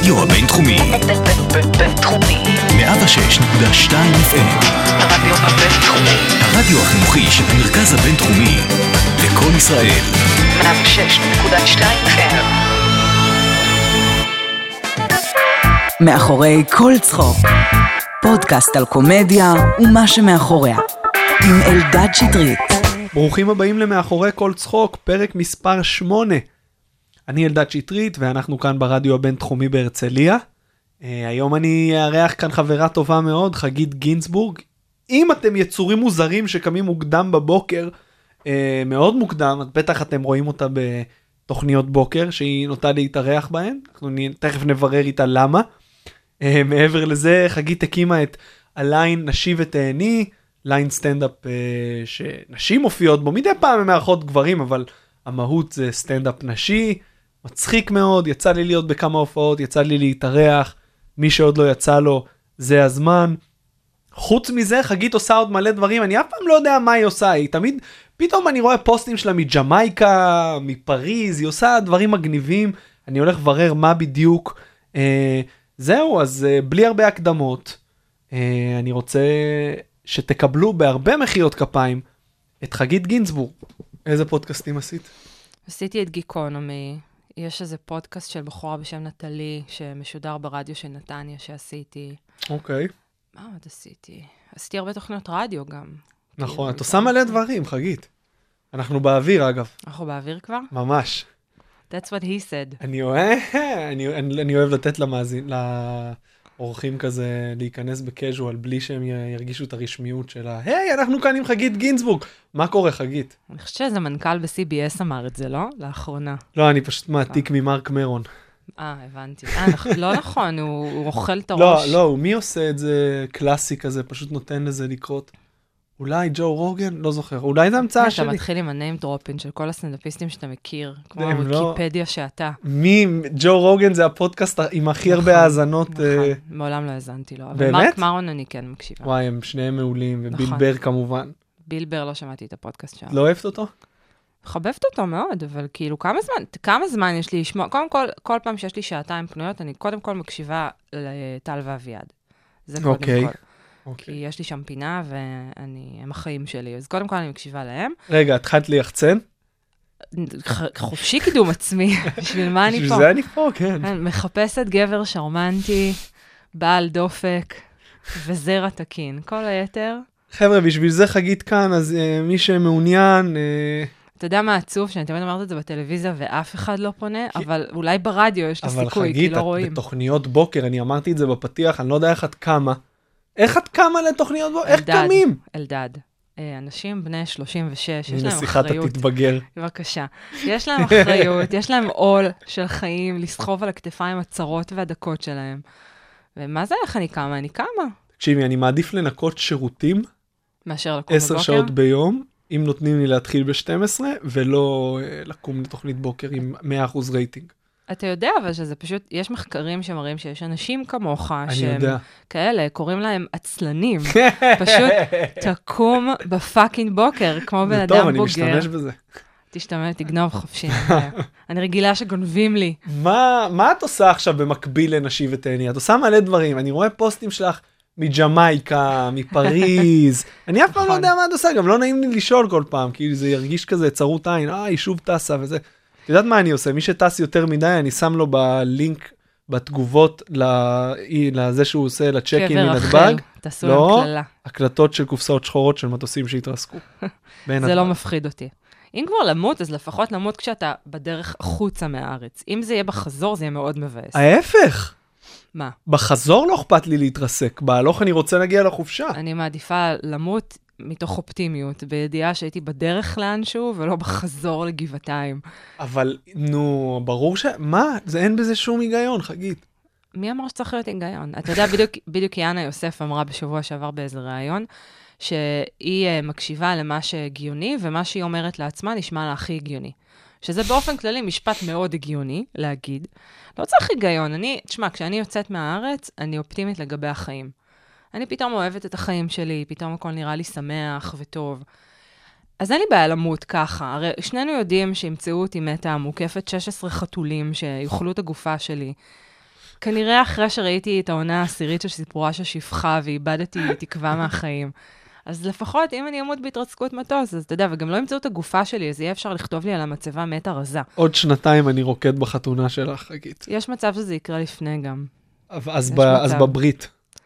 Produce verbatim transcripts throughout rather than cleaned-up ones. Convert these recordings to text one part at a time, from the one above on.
הרדיו הבינתחומי. בינתחומי. מאה ושש נקודה שתיים אף אם. הרדיו הבינתחומי. הרדיו החינוכי של המרכז הבינתחומי. לקול ישראל. מאה ושש נקודה שתיים אף אם. מאחורי כל צחוק. פודקאסט על קומדיה ומה שמאחוריה. עם אלדד שטרית. ברוכים הבאים למאחורי כל צחוק, פרק מספר שמונה. אני אלדד שטרית, ואנחנו כאן ברדיו הבינתחומי בהרצליה. Uh, היום אני אארח כאן חברה טובה מאוד, חגית גינצבורג. אם אתם יצורים מוזרים שקמים מוקדם בבוקר, uh, מאוד מוקדם, בטח אתם רואים אותה בתוכניות בוקר, שהיא נוטה להתארח בהן. אנחנו תכף נברר איתה למה. Uh, מעבר לזה, חגית הקימה את הליין נשי ותהני, ליין סטנדאפ uh, שנשים מופיעות בו, מדי פעם הם מארחות גברים, אבל המהות זה סטנדאפ נשי, מצחיק מאוד, יצא לי להיות בכמה הופעות, יצא לי להתארח, מי שעוד לא יצא לו, זה הזמן. חוץ מזה, חגית עושה עוד מלא דברים, אני אף פעם לא יודע מה היא עושה, היא תמיד, פתאום אני רואה פוסטים שלה מג'מייקה, מפריז, היא עושה דברים מגניבים, אני הולך לברר מה בדיוק. אה, זהו, אז אה, בלי הרבה הקדמות, אה, אני רוצה שתקבלו בהרבה מחיאות כפיים את חגית גינצבורג. איזה פודקאסטים עשית? עשיתי את גיקונומי, יש איזה פודקאסט של בחורה בשם נטלי, שמשודר ברדיו של נתניה שעשיתי. אוקיי. מה עוד עשיתי? עשיתי הרבה תוכניות רדיו גם. נכון, את עושה מלא דברים, חגית. אנחנו באוויר, אגב. אנחנו באוויר כבר? ממש. That's what he said. אני אוהב, אני, אני, אני אוהב לתת למאזין, לאורחים כזה, להיכנס בקז'ואל, בלי שהם ירגישו את הרשמיות שלה. היי, אנחנו כאן עם חגית גינצבורג. מה קורה, חגית? אני חושבת שזה מנכ"ל ב-סי בי אס אמר את זה, לא? לאחרונה. לא, אני פשוט מעתיק ממרק מרון. אה, הבנתי. אה, לא נכון, הוא, הוא אוכל את הראש. לא, לא, מי עושה את זה קלאסי כזה, פשוט נותן לזה לקרות? אולי ג'ו רוגן? לא זוכר. אולי זה המצאה שלי. אתה מתחיל עם הניים דרופין של כל הסטנדאפיסטים שאתה מכיר, כמו לא... הוויקיפדיה שאתה. מי? ג'ו רוגן זה הפודקאסט עם הכי נכון, הרבה האזנות. נכון, uh... מעולם לא האזנתי לו. אבל באמת? מרק מרון אני כן מקשיבה. וואי, הם שניהם מעולים, וביל נכון. בר כמובן. ביל בר לא שמעתי את הפודקאסט שם. לא אוהבת אותו? חבבת אותו מאוד, אבל כאילו כמה זמן, כמה זמן יש לי לשמוע, קודם כל, כל פעם שיש לי שעתיים פנויות, אני קודם כל מקשיבה לטל ואביעד. זה קודם אוקיי. כל. Okay. כי יש לי שם פינה, ואני, הם החיים שלי. אז קודם כל אני מקשיבה להם. רגע, התחלת ליחצן? חופשי קידום עצמי, בשביל מה אני פה? בשביל זה אני פה, כן. מחפשת גבר שרמנטי, בעל דופק, וזרע תקין. כל היתר. חבר'ה, בשביל זה חגית כאן, אז uh, מי שמעוניין... Uh... אתה יודע מה עצוב? שאני תמיד אמרת את זה בטלוויזיה, ואף אחד לא פונה, כי... אבל אולי ברדיו יש לסיכוי, חגית, כי לא רואים. אבל חגית, בתוכניות בוקר, אני אמרתי את זה בפתיח, אני לא יודע איך את קמה. איך את קמה לתוכניות בוקר? איך קמים? אלדד. אנשים בני שלושים ושש, יש להם אחריות. נסיכת התתבגר. בבקשה. יש להם אחריות, יש להם עול של חיים, לסחוב על הכתפיים הצרות והדקות שלהם. ומה זה איך אני קמה? אני קמה. תקשיבי, אני מעדיף לנקות שירותים, מאשר לקום בבוקר. עשר שעות ביום, אם נותנים לי להתחיל ב-שתים עשרה, ולא לקום לתוכנית בוקר עם מאה אחוז רייטינג. אתה יודע, אבל שזה פשוט, יש מחקרים שמראים שיש אנשים כמוך, שהם יודע. כאלה, קוראים להם עצלנים. פשוט תקום בפאקינג בוקר, כמו בן אדם בוגר. טוב, אני משתמש בזה. תשתמש, תגנוב חופשי. אני רגילה שגונבים לי. מה, מה את עושה עכשיו במקביל לנשי ותהני? את עושה מלא דברים. אני רואה פוסטים שלך מג'מייקה, מפריז. אני אף פעם לא יודע מה את עושה, גם לא נעים לי לשאול כל פעם, כי זה ירגיש כזה צרות עין, אה, היא שוב טסה וזה. את יודעת מה אני עושה? מי שטס יותר מדי, אני שם לו בלינק, בתגובות, לזה שהוא עושה לצ'ק-אין מנתב"ג. תעשו להם כללה. הקלטות של קופסאות שחורות של מטוסים שהתרסקו. זה לא מפחיד אותי. אם כבר למות, אז לפחות למות כשאתה בדרך חוצה מהארץ. אם זה יהיה בחזור, זה יהיה מאוד מבאס. ההפך. מה? בחזור לא אכפת לי להתרסק. בהלוך אני רוצה להגיע לחופשה. אני מעדיפה למות מתוך אופטימיות, בידיעה שהייתי בדרך לאנשהו, ולא בחזור לגבעתיים. אבל, נו, ברור ש... מה? זה אין בזה שום היגיון, חגית. מי אמר שצריך להיות היגיון? אתה יודע, בדיוק, בדיוק יאנה יוסף אמרה בשבוע שעבר באיזה ראיון, שהיא uh, מקשיבה למה שהגיוני, ומה שהיא אומרת לעצמה נשמע לה הכי הגיוני. שזה באופן כללי משפט מאוד הגיוני להגיד. לא צריך היגיון. אני, תשמע, כשאני יוצאת מהארץ, אני אופטימית לגבי החיים. אני פתאום אוהבת את החיים שלי, פתאום הכל נראה לי שמח וטוב. אז אין לי בעיה למות ככה. הרי שנינו יודעים שימצאו אותי מתה מוקפת שש עשרה חתולים שיוכלו את הגופה שלי. כנראה אחרי שראיתי את העונה העשירית של סיפורה של שפחה, ואיבדתי תקווה מהחיים. אז לפחות, אם אני אמות בהתרסקות מטוס, אז אתה יודע, וגם לא ימצאו את הגופה שלי, אז יהיה אפשר לכתוב לי על המצבה מתה רזה. עוד שנתיים אני רוקד בחתונה שלך, חגית. יש מצב שזה יקרה לפני גם. אז, ב, אז בברית.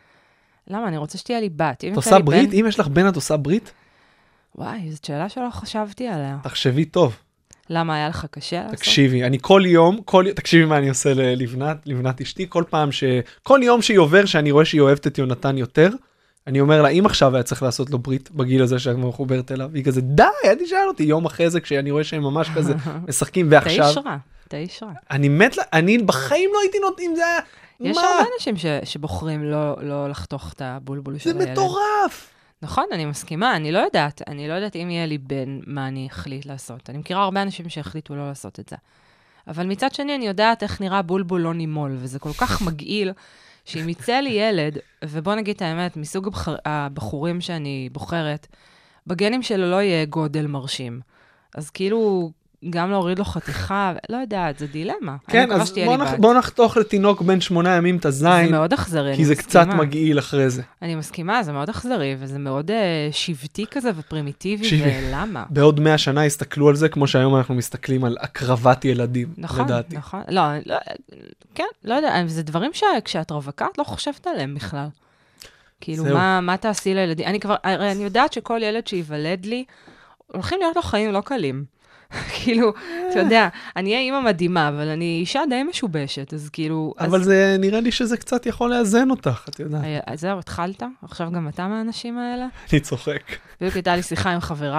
למה? אני רוצה שתהיה לי בת. את עושה ברית? בן... אם יש לך בן, את עושה ברית? וואי, זאת שאלה שלא חשבתי עליה. תחשבי טוב. למה היה לך קשה לעשות? תקשיבי, אני כל יום, כל... תקשיבי מה אני עושה ללבנת, לבנת אשתי, כל פעם ש... כל יום שהיא עובר, שאני רואה שהיא אוהבת את יונתן יותר, אני אומר לה, אם עכשיו היה צריך לעשות לו ברית בגיל הזה שאת מחוברת אליו, היא כזה, די, אל תשאל אותי, יום אחרי זה, כשאני רואה שהם ממש כזה משחקים, ועכשיו... תשרה, תשרה. אני מת, אני בחיים לא הייתי נותן, זה היה... יש הרבה אנשים ש... שבוחרים לא, לא לחתוך את הבולבול של הילד. זה מטורף! נכון, אני מסכימה, אני לא יודעת, אני לא יודעת אם יהיה לי בן מה אני אחליט לעשות. אני מכירה הרבה אנשים שהחליטו לא לעשות את זה. אבל מצד שני, אני יודעת איך נראה בולבול לא נימול, וזה כל כך מגעיל, שאם יצא לי ילד, ובוא נגיד את האמת, מסוג הבחר, הבחורים שאני בוחרת, בגנים שלו לא יהיה גודל מרשים. אז כאילו, גם להוריד לו חתיכה, לא יודעת, זה דילמה. כן, אז בוא, נח, בוא נחתוך לתינוק בין שמונה ימים את הזין. זה מאוד אכזרי, כי זה מסכימה. קצת מגעיל אחרי זה. אני מסכימה, זה מאוד אכזרי, וזה מאוד uh, שבטי כזה ופרימיטיבי, ולמה? בעוד מאה שנה יסתכלו על זה, כמו שהיום אנחנו מסתכלים על הקרבת ילדים, נכון, לדעתי. נכון, לא, לא, כן, לא יודע, זה דברים שכשאת רווקה, את לא חושבת עליהם בכלל. כאילו, מה, מה תעשי לילדים? אני כבר, אני יודעת שכל ילד שיוולד לי, הולכים להיות לו חיים לא קלים. כאילו, אתה יודע, אני אהיה אימא מדהימה, אבל אני אישה די משובשת, אז כאילו... אבל זה נראה לי שזה קצת יכול לאזן אותך, את יודעת. אז זהו, התחלת? עכשיו גם אתה מהאנשים האלה? אני צוחק. בדיוק הייתה לי שיחה עם חברה,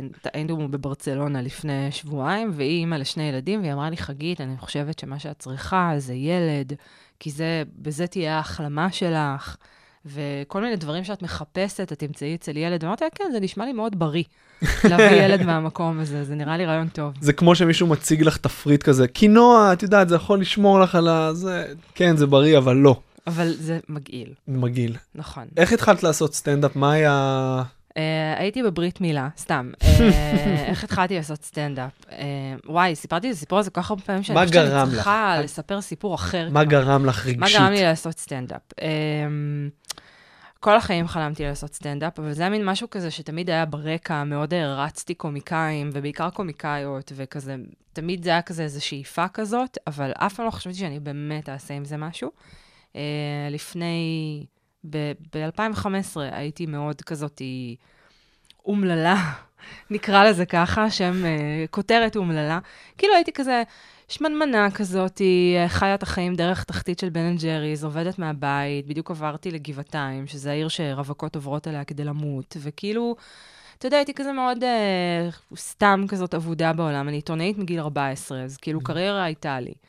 היינו בברצלונה לפני שבועיים, והיא אימא לשני ילדים, והיא אמרה לי, חגית, אני חושבת שמה שאת צריכה זה ילד, כי זה, בזה תהיה ההחלמה שלך, וכל מיני דברים שאת מחפשת, את תמצאי אצל ילד, ואמרתי, כן, זה נשמע לי מאוד בריא. להביא ילד מהמקום הזה, זה נראה לי רעיון טוב. זה כמו שמישהו מציג לך תפריט כזה, קינוע, את יודעת, זה יכול לשמור לך על זה, כן, זה בריא, אבל לא. אבל זה מגעיל. מגעיל. נכון. איך התחלת לעשות סטנדאפ? מה היה... הייתי בברית מילה, סתם. איך התחלתי לעשות סטנדאפ? וואי, סיפרתי את הסיפור הזה כל כך הרבה פעמים, שאני חושבת שאני צריכה לספר סיפור אחר. מה גרם לך רגשית? מה גרם לי לעשות סטנדאפ? כל החיים חלמתי לעשות סטנדאפ, אבל זה היה מין משהו כזה שתמיד היה ברקע, מאוד הרצתי קומיקאים, ובעיקר קומיקאיות, וכזה, תמיד זה היה כזה איזו שאיפה כזאת, אבל אף פעם לא חשבתי שאני באמת אעשה עם זה משהו. Uh, לפני, ב-אלפיים וחמש עשרה הייתי מאוד כזאת אומללה, נקרא לזה ככה, שם uh, כותרת אומללה. כאילו הייתי כזה... שמנמנה כזאת, חיה את החיים דרך תחתית של בן אנד ג'ריז, עובדת מהבית, בדיוק עברתי לגבעתיים, שזה העיר שרווקות עוברות עליה כדי למות, וכאילו, אתה יודע, הייתי כזה מאוד אה, סתם כזאת עבודה בעולם, אני עיתונאית מגיל ארבע עשרה, אז כאילו קריירה הייתה לי.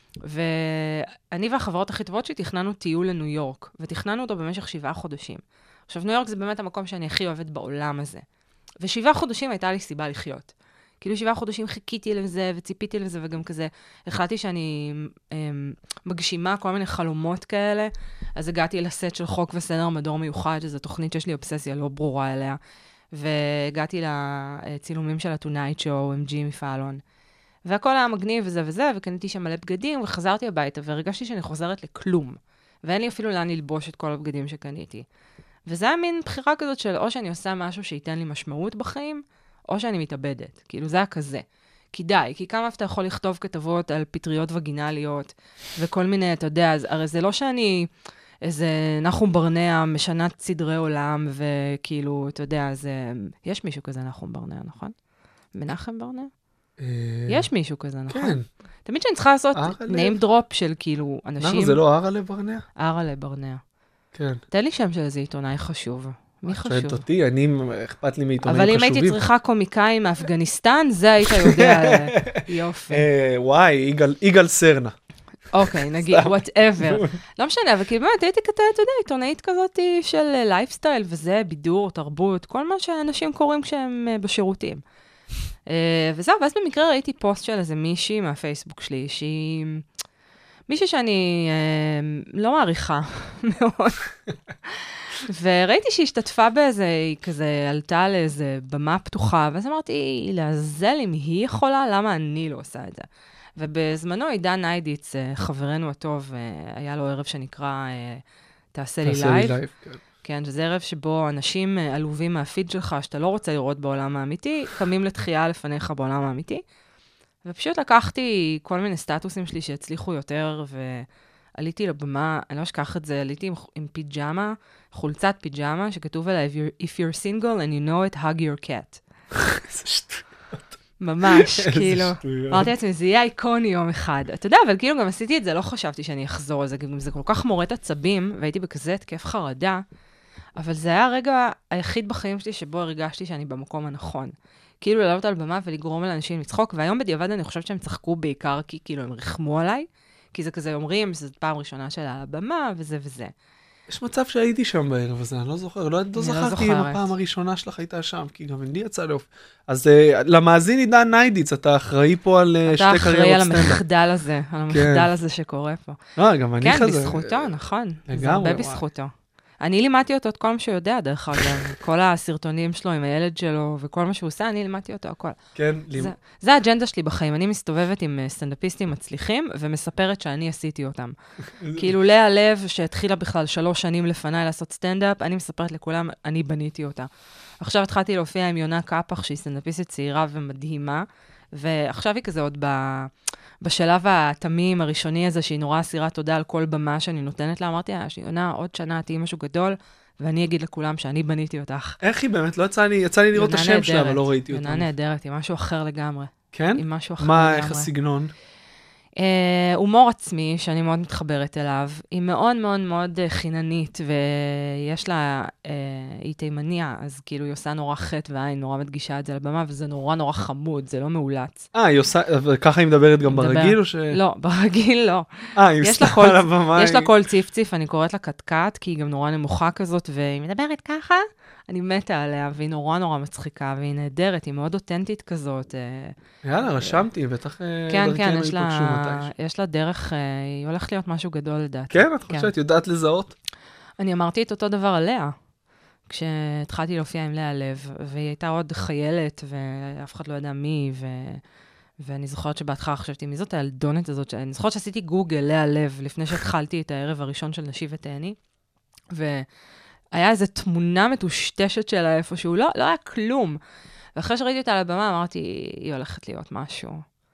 ואני והחברות הכי טובות שתכננו טיול לניו יורק, ותכננו אותו במשך שבעה חודשים. עכשיו, ניו יורק זה באמת המקום שאני הכי אוהבת בעולם הזה. ושבעה חודשים הייתה לי סיבה לחיות. כאילו שבעה חודשים חיכיתי לזה וציפיתי לזה, וגם כזה החלטתי שאני אמ, מגשימה כל מיני חלומות כאלה, אז הגעתי לסט של חוק וסדר מדור מיוחד, שזו תוכנית שיש לי אובססיה לא ברורה אליה, והגעתי לצילומים של ה-Tonight Show עם ג'ימי פאלון, והכל היה מגניב וזה וזה, וקניתי שם מלא בגדים, וחזרתי הביתה, והרגשתי שאני חוזרת לכלום, ואין לי אפילו לאן ללבוש את כל הבגדים שקניתי. וזה היה מין בחירה כזאת של או שאני עושה משהו שייתן לי משמעות בחיים, או שאני מתאבדת. כאילו, זה היה כזה. כי די, כי כמה אתה יכול לכתוב כתבות על פטריות וגינליות, וכל מיני, אתה יודע, הרי זה לא שאני איזה נחום ברנע משנת סדרי עולם, וכאילו, אתה יודע, זה... יש מישהו כזה נחום ברנע, נכון? מנחם ברנע? יש מישהו כזה, נכון? כן. תמיד שאני צריכה לעשות name drop של כאילו אנשים... למה, זה לא ארלה ברנע? ארלה ברנע. כן. תן לי שם של איזה עיתונאי חשוב. מי חשוב? שואלת אותי, אני, אכפת לי מעיתונאים חשובים. חשובים. אבל אם הייתי צריכה קומיקאי מאפגניסטן, זה היית יודע יופי. וואי, יגאל סרנה. אוקיי, נגיד, whatever. לא משנה, אבל כאילו באמת הייתי כתה, אתה יודע, עיתונאית כזאת של לייפסטייל, וזה בידור, תרבות, כל מה שאנשים קוראים כשהם בשירותים. וזהו, ואז במקרה ראיתי פוסט של איזה מישהי מהפייסבוק שלי, שהיא... מישהי שאני לא מעריכה מאוד. וראיתי שהיא השתתפה באיזה, היא כזה עלתה לאיזה במה פתוחה, ואז אמרתי, לעזל אם היא יכולה, למה אני לא עושה את זה? ובזמנו עידן ניידיץ, חברנו הטוב, היה לו ערב שנקרא תעשה לי לייב. כן, שזה ערב שבו אנשים עלובים מהפיד שלך, שאתה לא רוצה לראות בעולם האמיתי, קמים לתחייה לפניך בעולם האמיתי. ופשוט לקחתי כל מיני סטטוסים שלי שהצליחו יותר, ועליתי לבמה, אני לא אשכח את זה, עליתי עם, עם פיג'מה, חולצת פיג'מה, שכתוב עליה, if you're, if you're single and you know it, hug your cat. איזה שטויות. ממש, כאילו. אמרתי לעצמי, זה יהיה איקוני יום אחד. אתה יודע, אבל כאילו גם עשיתי את זה, לא חשבתי שאני אחזור על זה, גם זה כל כך מורת עצבים, והייתי בכזה התקף חרדה, אבל זה היה הרגע היחיד בחיים שלי שבו הרגשתי שאני במקום הנכון. כאילו לעלות על במה ולגרום לאנשים לצחוק, והיום בדיעבד אני חושבת שהם צחקו בעיקר כי כאילו הם רחמו עליי, כי זה כזה אומרים, זו פעם ראשונה של הבמה וזה וזה. יש מצב שהייתי שם בערב הזה, אני לא זוכר, לא, לא זכרתי אם הפעם הראשונה שלך הייתה שם, כי גם לי יצא לאופ. אז uh, למאזין עידן ניידיץ, אתה אחראי פה על uh, שתי קריירות סטנדאפ. אתה אחראי על המחדל הזה, על המחדל הזה שקורה פה. לא, גם אני כן, כזה. כן, בזכותו, נכון. לגמרי. זה הרבה בזכותו. אני לימדתי אותו את כל מה שהוא יודע, דרך אגב. כל הסרטונים שלו עם הילד שלו, וכל מה שהוא עושה, אני לימדתי אותו הכל. כן. זה, זה האג'נדה שלי בחיים. אני מסתובבת עם סטנדאפיסטים מצליחים, ומספרת שאני עשיתי אותם. כאילו, לאה לב, שהתחילה בכלל שלוש שנים לפניי לעשות סטנדאפ, אני מספרת לכולם, אני בניתי אותה. עכשיו התחלתי להופיע עם יונה קפח, שהיא סטנדאפיסטית צעירה ומדהימה, ועכשיו היא כזה עוד ב... בשלב התמים הראשוני הזה, שהיא נורא אסירת תודה על כל במה שאני נותנת לה, אמרתי, יונה, עוד שנה תהי משהו גדול, ואני אגיד לכולם שאני בניתי אותך. איך היא באמת? לא יצא לי, יצא לי לראות את השם שלה, אבל לא ראיתי אותה. יונה נהדרת, היא משהו אחר לגמרי. כן? היא משהו אחר מה, לגמרי. איך הסגנון? הומור עצמי, שאני מאוד מתחברת אליו, היא מאוד מאוד מאוד חיננית, ויש לה, היא תימניה, אז כאילו היא עושה נורא חטא ועין, נורא מדגישה את זה לבמה, וזה נורא נורא חמוד, זה לא מאולץ. אה, היא עושה, וככה היא מדברת גם ברגיל או ש... לא, ברגיל לא. אה, היא מסתכל על הבמה. יש לה קול ציפציף, אני קוראת לה קטקט, כי היא גם נורא נמוכה כזאת, והיא מדברת ככה, אני מתה עליה, והיא נורא נורא מצחיקה, והיא נהדרת, היא מאוד אותנטית כזאת. יאללה, רשמתי, בטח דרכנו ייפגשו מתיש. יש לה דרך, היא הולכת להיות משהו גדול לדעתי. כן, את חושבת, יודעת לזהות? אני אמרתי את אותו דבר עליה, כשהתחלתי להופיע עם לאה לב, והיא הייתה עוד חיילת, ואף אחד לא ידע מי, ואני זוכרת שבהתחלה חשבתי, מי זאת הילדונת הזאת? אני זוכרת שעשיתי גוגל לאה לב, לפני שהתחלתי את הערב הראשון של נשי ותהני, ו... היה איזו תמונה מטושטשת שלה איפשהו, לא, לא היה כלום. ואחרי שראיתי אותה על הבמה, אמרתי, היא הולכת להיות משהו.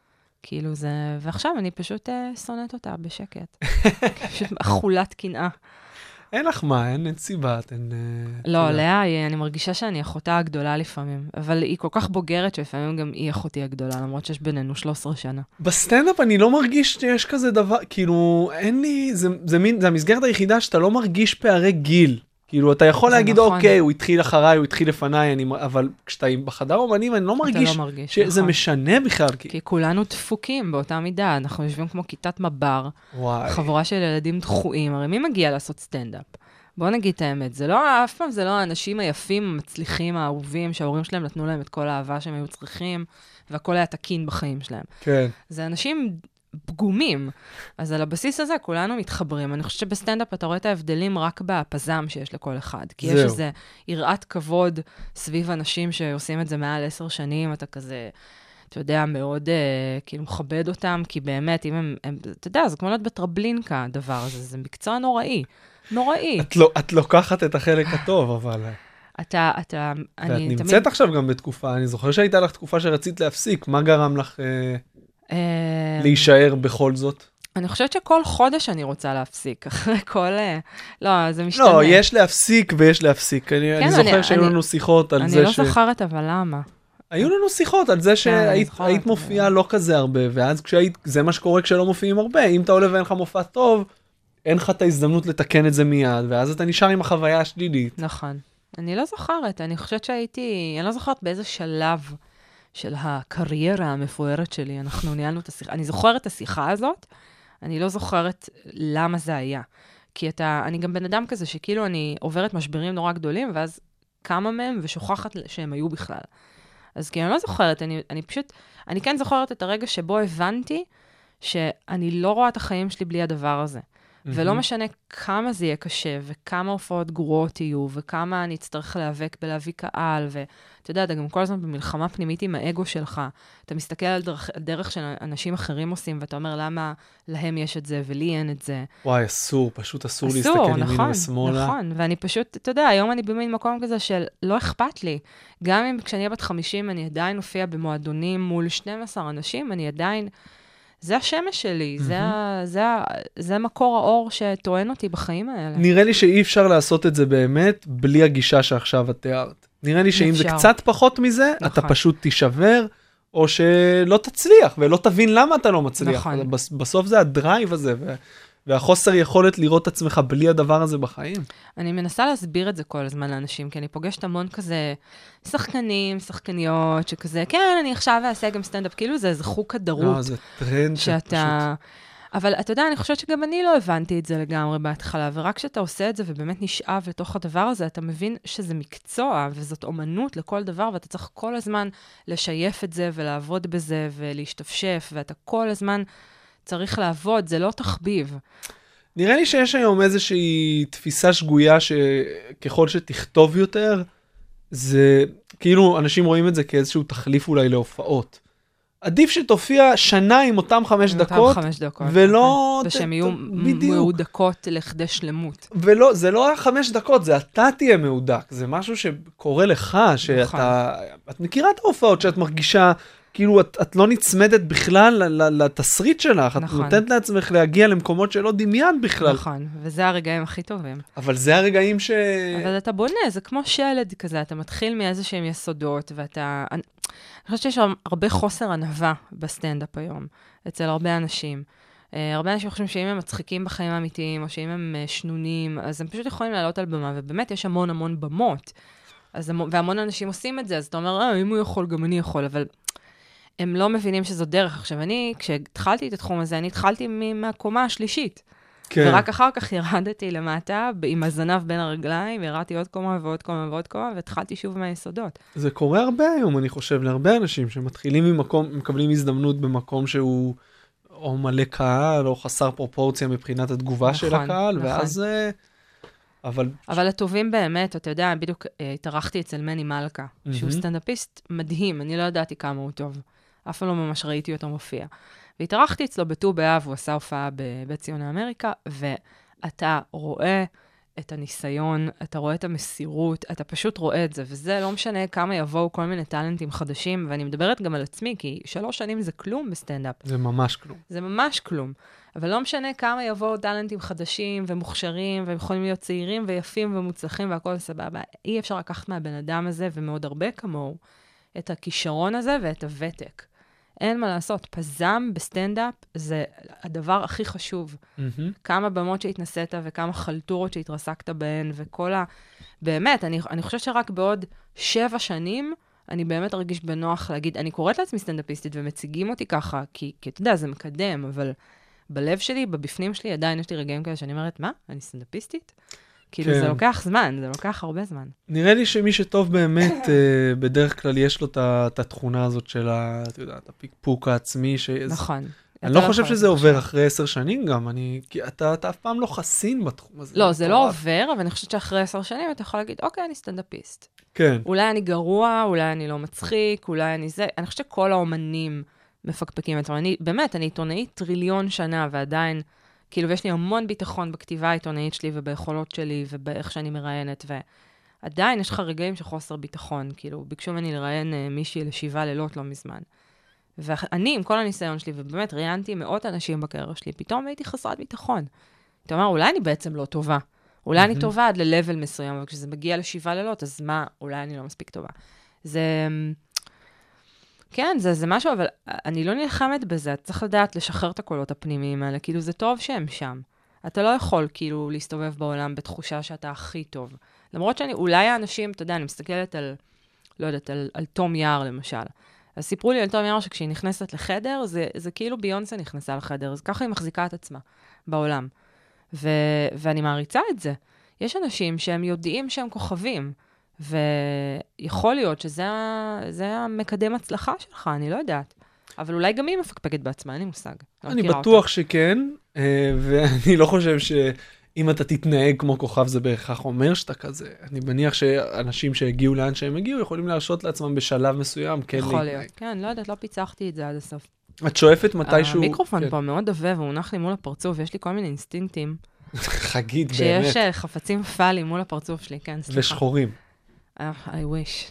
כאילו זה... ועכשיו אני פשוט אה, שונאת אותה בשקט. פשוט אכולת קנאה. אין לך מה, אין סיבה, אין... לא, לאה, אני מרגישה שאני אחותה הגדולה לפעמים, אבל היא כל כך בוגרת שלפעמים גם היא אחותי הגדולה, למרות שיש בינינו שלוש עשרה שנה. בסטנדאפ אני לא מרגיש שיש כזה דבר, כאילו, אין לי... זה, זה, מין, זה המסגרת היחידה שאתה לא מרגיש פערי גיל. כאילו, אתה יכול להגיד, נכון. אוקיי, הוא התחיל אחריי, הוא התחיל לפניי, אני, אבל כשאתה בחדר אומנים, אני לא מרגיש, לא מרגיש שזה נכון. משנה בכלל. כי... כי כולנו דפוקים באותה מידה, אנחנו יושבים כמו כיתת מב"ר, וואי. חבורה של ילדים דחויים, הרי מי מגיע לעשות סטנדאפ? בואו נגיד את האמת, זה לא, אף פעם זה לא האנשים היפים, המצליחים, האהובים, שההורים שלהם נתנו להם את כל האהבה שהם היו צריכים, והכל היה תקין בחיים שלהם. כן. זה אנשים פגומים. אז על הבסיס הזה כולנו מתחברים. אני חושבת שבסטנדאפ אתה רואה את ההבדלים רק בפזם שיש לכל אחד. כי יש איזו יראת כבוד סביב אנשים שעושים את זה מעל עשר שנים, אתה כזה, אתה יודע, מאוד כאילו מכבד אותם, כי באמת, אם הם, הם אתה יודע, זה כמו להיות בטרבלינקה, הדבר הזה, זה מקצוע נוראי. נוראי. את, לא, את לוקחת את החלק הטוב, אבל... אתה, אתה, אני ואת תמיד... נמצאת עכשיו גם בתקופה, אני זוכר שהייתה לך תקופה שרצית להפסיק, מה גרם לך אה, להישאר בכל זאת? אני חושבת שכל חודש אני רוצה להפסיק, אחרי כל... לא, זה משתנה. לא, יש להפסיק ויש להפסיק. אני, כן, אני זוכר אני, שהיו אני, לנו שיחות על אני זה לא ש... אני לא זוכרת, אבל למה? היו לנו שיחות על זה שהיית כן, היית מופיעה לא כזה הרבה, ואז כשהיית, זה מה שקורה כשלא מופיעים הרבה, אם אתה עולה ואין לך מופע טוב, אין לך את ההזדמנות לתקן את זה מיד, ואז אתה נשאר עם החוויה השלילית. נכון. אני לא זוכרת, אני חושבת שהייתי, אני לא זוכרת באיזה שלב של הקריירה המפוארת שלי, אנחנו ניהלנו את השיחה, אני זוכרת את השיחה הזאת, אני לא זוכרת למה זה היה. כי אתה, אני גם בן אדם כזה שכאילו אני עוברת משברים נורא גדולים, ואז כמה מהם ושוכחת שהם היו בכלל. אז כי אני לא זוכרת, אני, אני פשוט, אני כן זוכרת את הרגע שבו הבנתי שאני לא רואה את החיים שלי בלי הדבר הזה. ולא משנה כמה זה יהיה קשה, וכמה הופעות גרועות יהיו, וכמה אני אצטרך להיאבק בלהביא קהל, ואתה יודע, אתה גם כל הזמן במלחמה פנימית עם האגו שלך, אתה מסתכל על דרך, דרך שאנשים אחרים עושים, ואתה אומר, למה להם יש את זה, ולי אין את זה. וואי, אסור, פשוט אסור, אסור, להסתכל נכון, ימינה ושמאלה. נכון, ואני פשוט, אתה יודע, היום אני במין מקום כזה של לא אכפת לי. גם אם כשאני אהיה בת חמישים, אני עדיין הופיע במועדונים מול שנים עשר אנשים, אני עדיין... זה השמש שלי, זה, זה, זה מקור האור שטוען אותי בחיים האלה. נראה לי שאי אפשר לעשות את זה באמת בלי הגישה שעכשיו את תיארת. נראה לי שאם זה קצת פחות מזה, אתה פשוט תישבר, או שלא תצליח, ולא תבין למה אתה לא מצליח. בסוף זה הדרייב הזה, והחוסר יכולת לראות את עצמך בלי הדבר הזה בחיים. אני מנסה להסביר את זה כל הזמן לאנשים, כי אני פוגשת המון כזה שחקנים, שחקניות, שכזה, כן, אני עכשיו אעשה גם סטנדאפ, כאילו זה איזה חוק הדרות. לא, זה טרנד שאתה... אבל אתה יודע, אני חושבת שגם אני לא הבנתי את זה לגמרי בהתחלה, ורק כשאתה עושה את זה ובאמת נשאב לתוך הדבר הזה, אתה מבין שזה מקצוע, וזאת אומנות לכל דבר, ואתה צריך כל הזמן לשייף את זה, ולעבוד בזה, ולהשתפשף, ואתה כל הזמן... צריך לעבוד, זה לא תחביב. נראה לי שיש היום איזושהי תפיסה שגויה שככל שתכתוב יותר, זה כאילו אנשים רואים את זה כאיזשהו תחליף אולי להופעות. עדיף שתופיע שנה עם אותם חמש דקות, חמש דקות, ולא... ושהם יהיו מעודקות לכדי שלמות. ולא, זה לא חמש דקות, זה אתה תהיה מעודק, זה משהו שקורה לך, שאתה... את מכירה את ההופעות שאת מרגישה... כאילו, את, את לא נצמדת בכלל לתסריט שלך, נכון. את נותנת לעצמך להגיע למקומות שלא דמיין בכלל. נכון, וזה הרגעים הכי טובים. אבל זה הרגעים ש... אבל אתה בונה, זה כמו שלד כזה, אתה מתחיל מאיזשהם יסודות, ואתה... אני, אני חושבת שיש הרבה חוסר ענווה בסטנדאפ היום, אצל הרבה אנשים. הרבה אנשים חושבים שאם הם מצחיקים בחיים האמיתיים, או שאם הם שנונים, אז הם פשוט יכולים לעלות על במה, ובאמת יש המון המון במות. אז, והמון אנשים עושים את זה, אז אתה אומר, אה, אם הוא יכול, גם אני יכול, אבל... הם לא מבינים שזו דרך. עכשיו, אני, כשהתחלתי את התחום הזה, אני התחלתי מהקומה השלישית. כן. ורק אחר כך ירדתי למטה, עם הזנב בין הרגליים, ירדתי עוד קומה ועוד קומה ועוד קומה, והתחלתי שוב מהיסודות. זה קורה הרבה היום, אני חושב, להרבה אנשים שמתחילים ממקום, מקבלים הזדמנות במקום שהוא או מלא קהל, או חסר פרופורציה מבחינת התגובה נכון, של הקהל, נכון. ואז... אבל... אבל הטובים באמת, אתה יודע, בדיוק התארחתי אצל מני מלכה, mm-hmm. שהוא סטנדאפיסט מדהים, אני לא ידעתי כמה הוא טוב. אף פעם לא ממש ראיתי אותו מופיע. והתארחתי אצלו בט"ו באב, הוא עשה הופעה בבית ציוני אמריקה, ואתה רואה את הניסיון, אתה רואה את המסירות, אתה פשוט רואה את זה, וזה לא משנה כמה יבואו כל מיני טלנטים חדשים, ואני מדברת גם על עצמי, כי שלוש שנים זה כלום בסטנדאפ. זה ממש כלום. זה ממש כלום. אבל לא משנה כמה יבואו טלנטים חדשים ומוכשרים, והם יכולים להיות צעירים ויפים ומוצלחים והכל סבבה. אי אפשר לקחת מהבן אדם הזה, ומאוד הרבה כמוהו, את הכישרון הזה ואת הוותק. אין מה לעשות. פזם בסטנדאפ זה הדבר הכי חשוב. Mm-hmm. כמה במות שהתנסית וכמה חלטורות שהתרסקת בהן, וכל ה... באמת, אני, אני חושבת שרק בעוד שבע שנים, אני באמת ארגיש בנוח להגיד, אני קוראת לעצמי סטנדאפיסטית ומציגים אותי ככה, כי, כי אתה יודע, זה מקדם, אבל בלב שלי, בבפנים שלי, עדיין יש לי רגעים כאלה שאני אומרת, מה? אני סטנדאפיסטית? כאילו, כן. זה לוקח זמן, זה לוקח הרבה זמן. נראה לי שמי שטוב באמת, בדרך כלל יש לו את התכונה הזאת של ה, אתה יודע, את הפיקפוק העצמי. ש... נכון. אני לא חושב שזה עובר אחרי עשר שנים גם, אני, כי אתה, אתה אף פעם לא חסין בתחום הזה. לא, זה לא עובר, אבל אני חושבת שאחרי עשר שנים אתה יכול להגיד, אוקיי, אני סטנדאפיסט. כן. אולי אני גרוע, אולי אני לא מצחיק, אולי אני זה, אני חושבת שכל האומנים מפקפקים את זה. אני, באמת, אני עיתונאית טריליון שנה, ועדיין, כאילו, ויש לי המון ביטחון בכתיבה העיתונאית שלי, וביכולות שלי, ובאיך שאני מראיינת, ועדיין יש לך רגעים של חוסר ביטחון, כאילו, ביקשו ממני לראיין מישהי לשבעה לילות לא מזמן. ואני, עם כל הניסיון שלי, ובאמת ראיינתי מאות אנשים בקריירה שלי, פתאום הייתי חסרת ביטחון. אתה אומר, אולי אני בעצם לא טובה. אולי אני טובה עד ל-level מסוים, אבל כשזה מגיע לשבעה לילות, אז מה, אולי אני לא מספיק טובה. זה... כן, זה, זה משהו, אבל אני לא נלחמת בזה. אתה צריך לדעת לשחרר את הקולות הפנימיים האלה. כאילו, זה טוב שהם שם. אתה לא יכול, כאילו, להסתובב בעולם בתחושה שאתה הכי טוב. למרות שאני, אולי האנשים, אתה יודע, אני מסתכלת על, לא יודעת, על, על תום יער, למשל. אז סיפרו לי על תום יער שכשהיא נכנסת לחדר, זה, זה כאילו ביונסה נכנסה לחדר, אז ככה היא מחזיקה את עצמה בעולם. ו, ואני מעריצה את זה. יש אנשים שהם יודעים שהם כוכבים, ויכול להיות שזה זה המקדם הצלחה שלך, אני לא יודעת. אבל אולי גם היא מפקפקת בעצמה, אין לי מושג. אני בטוח אותה. שכן. אה, ואני לא חושב שאם אתה תתנהג כמו כוכב זה בהכרח אומר שאתה כזה. אני מניח שאנשים שהגיעו לאן שהם הגיעו יכולים להרשות לעצמם בשלב מסוים. כן יכול להתנהג. להיות. כן, לא יודעת, לא פיצחתי את זה עד הסוף. את שואפת מתישהו... המיקרופון כן. פה מאוד דווה, והוא נח לי מול הפרצוף, ויש לי כל מיני אינסטינקטים. חגית באמת. שיש אה, חפצים פאלים מול הפרצוף שלי, כן, סליחה. ושחורים. אה, I wish.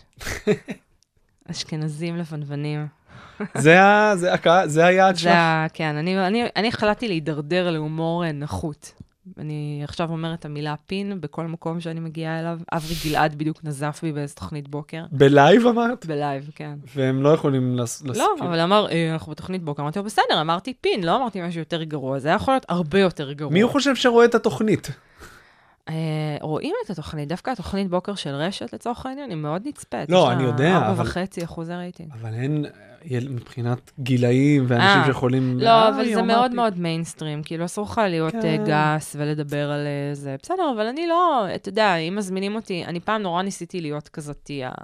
אשכנזים לבנוונים. זה ה- זה הקה- זה היעד זה שלך. ה... כן, אני, אני, אני החלטתי להידרדר להומור אה, נחות. אני עכשיו אומרת את המילה פין בכל מקום שאני מגיעה אליו. אברי גלעד בדיוק נזף בי באיזו תוכנית בוקר. בלייב אמרת? בלייב, כן. והם לא יכולים לס... לא, לס- אבל אמר, "אה, אנחנו בתוכנית בוקר. אמרתי לו, בסדר, אמרתי פין, לא אמרתי משהו יותר גרוע. זה היה יכול להיות הרבה יותר גרוע. מי הוא חושב שרואה את התוכנית? אה, רואים את התוכנית, דווקא התוכנית בוקר של רשת, לצורך העניין, היא מאוד נצפית. לא, יש לה אני יודע, ארבע אבל- וחצי אחוזי רייטינג. אבל הן יל- מבחינת גילאים ואנשים אה, שיכולים... לא, אה, אבל זה אמרתי. מאוד מאוד מיינסטרים, כאילו אסור לך להיות כן. אה, גס ולדבר על אה, זה. בסדר, אבל אני לא, אתה יודע, אם מזמינים אותי, אני פעם נורא ניסיתי להיות כזאתי, ה-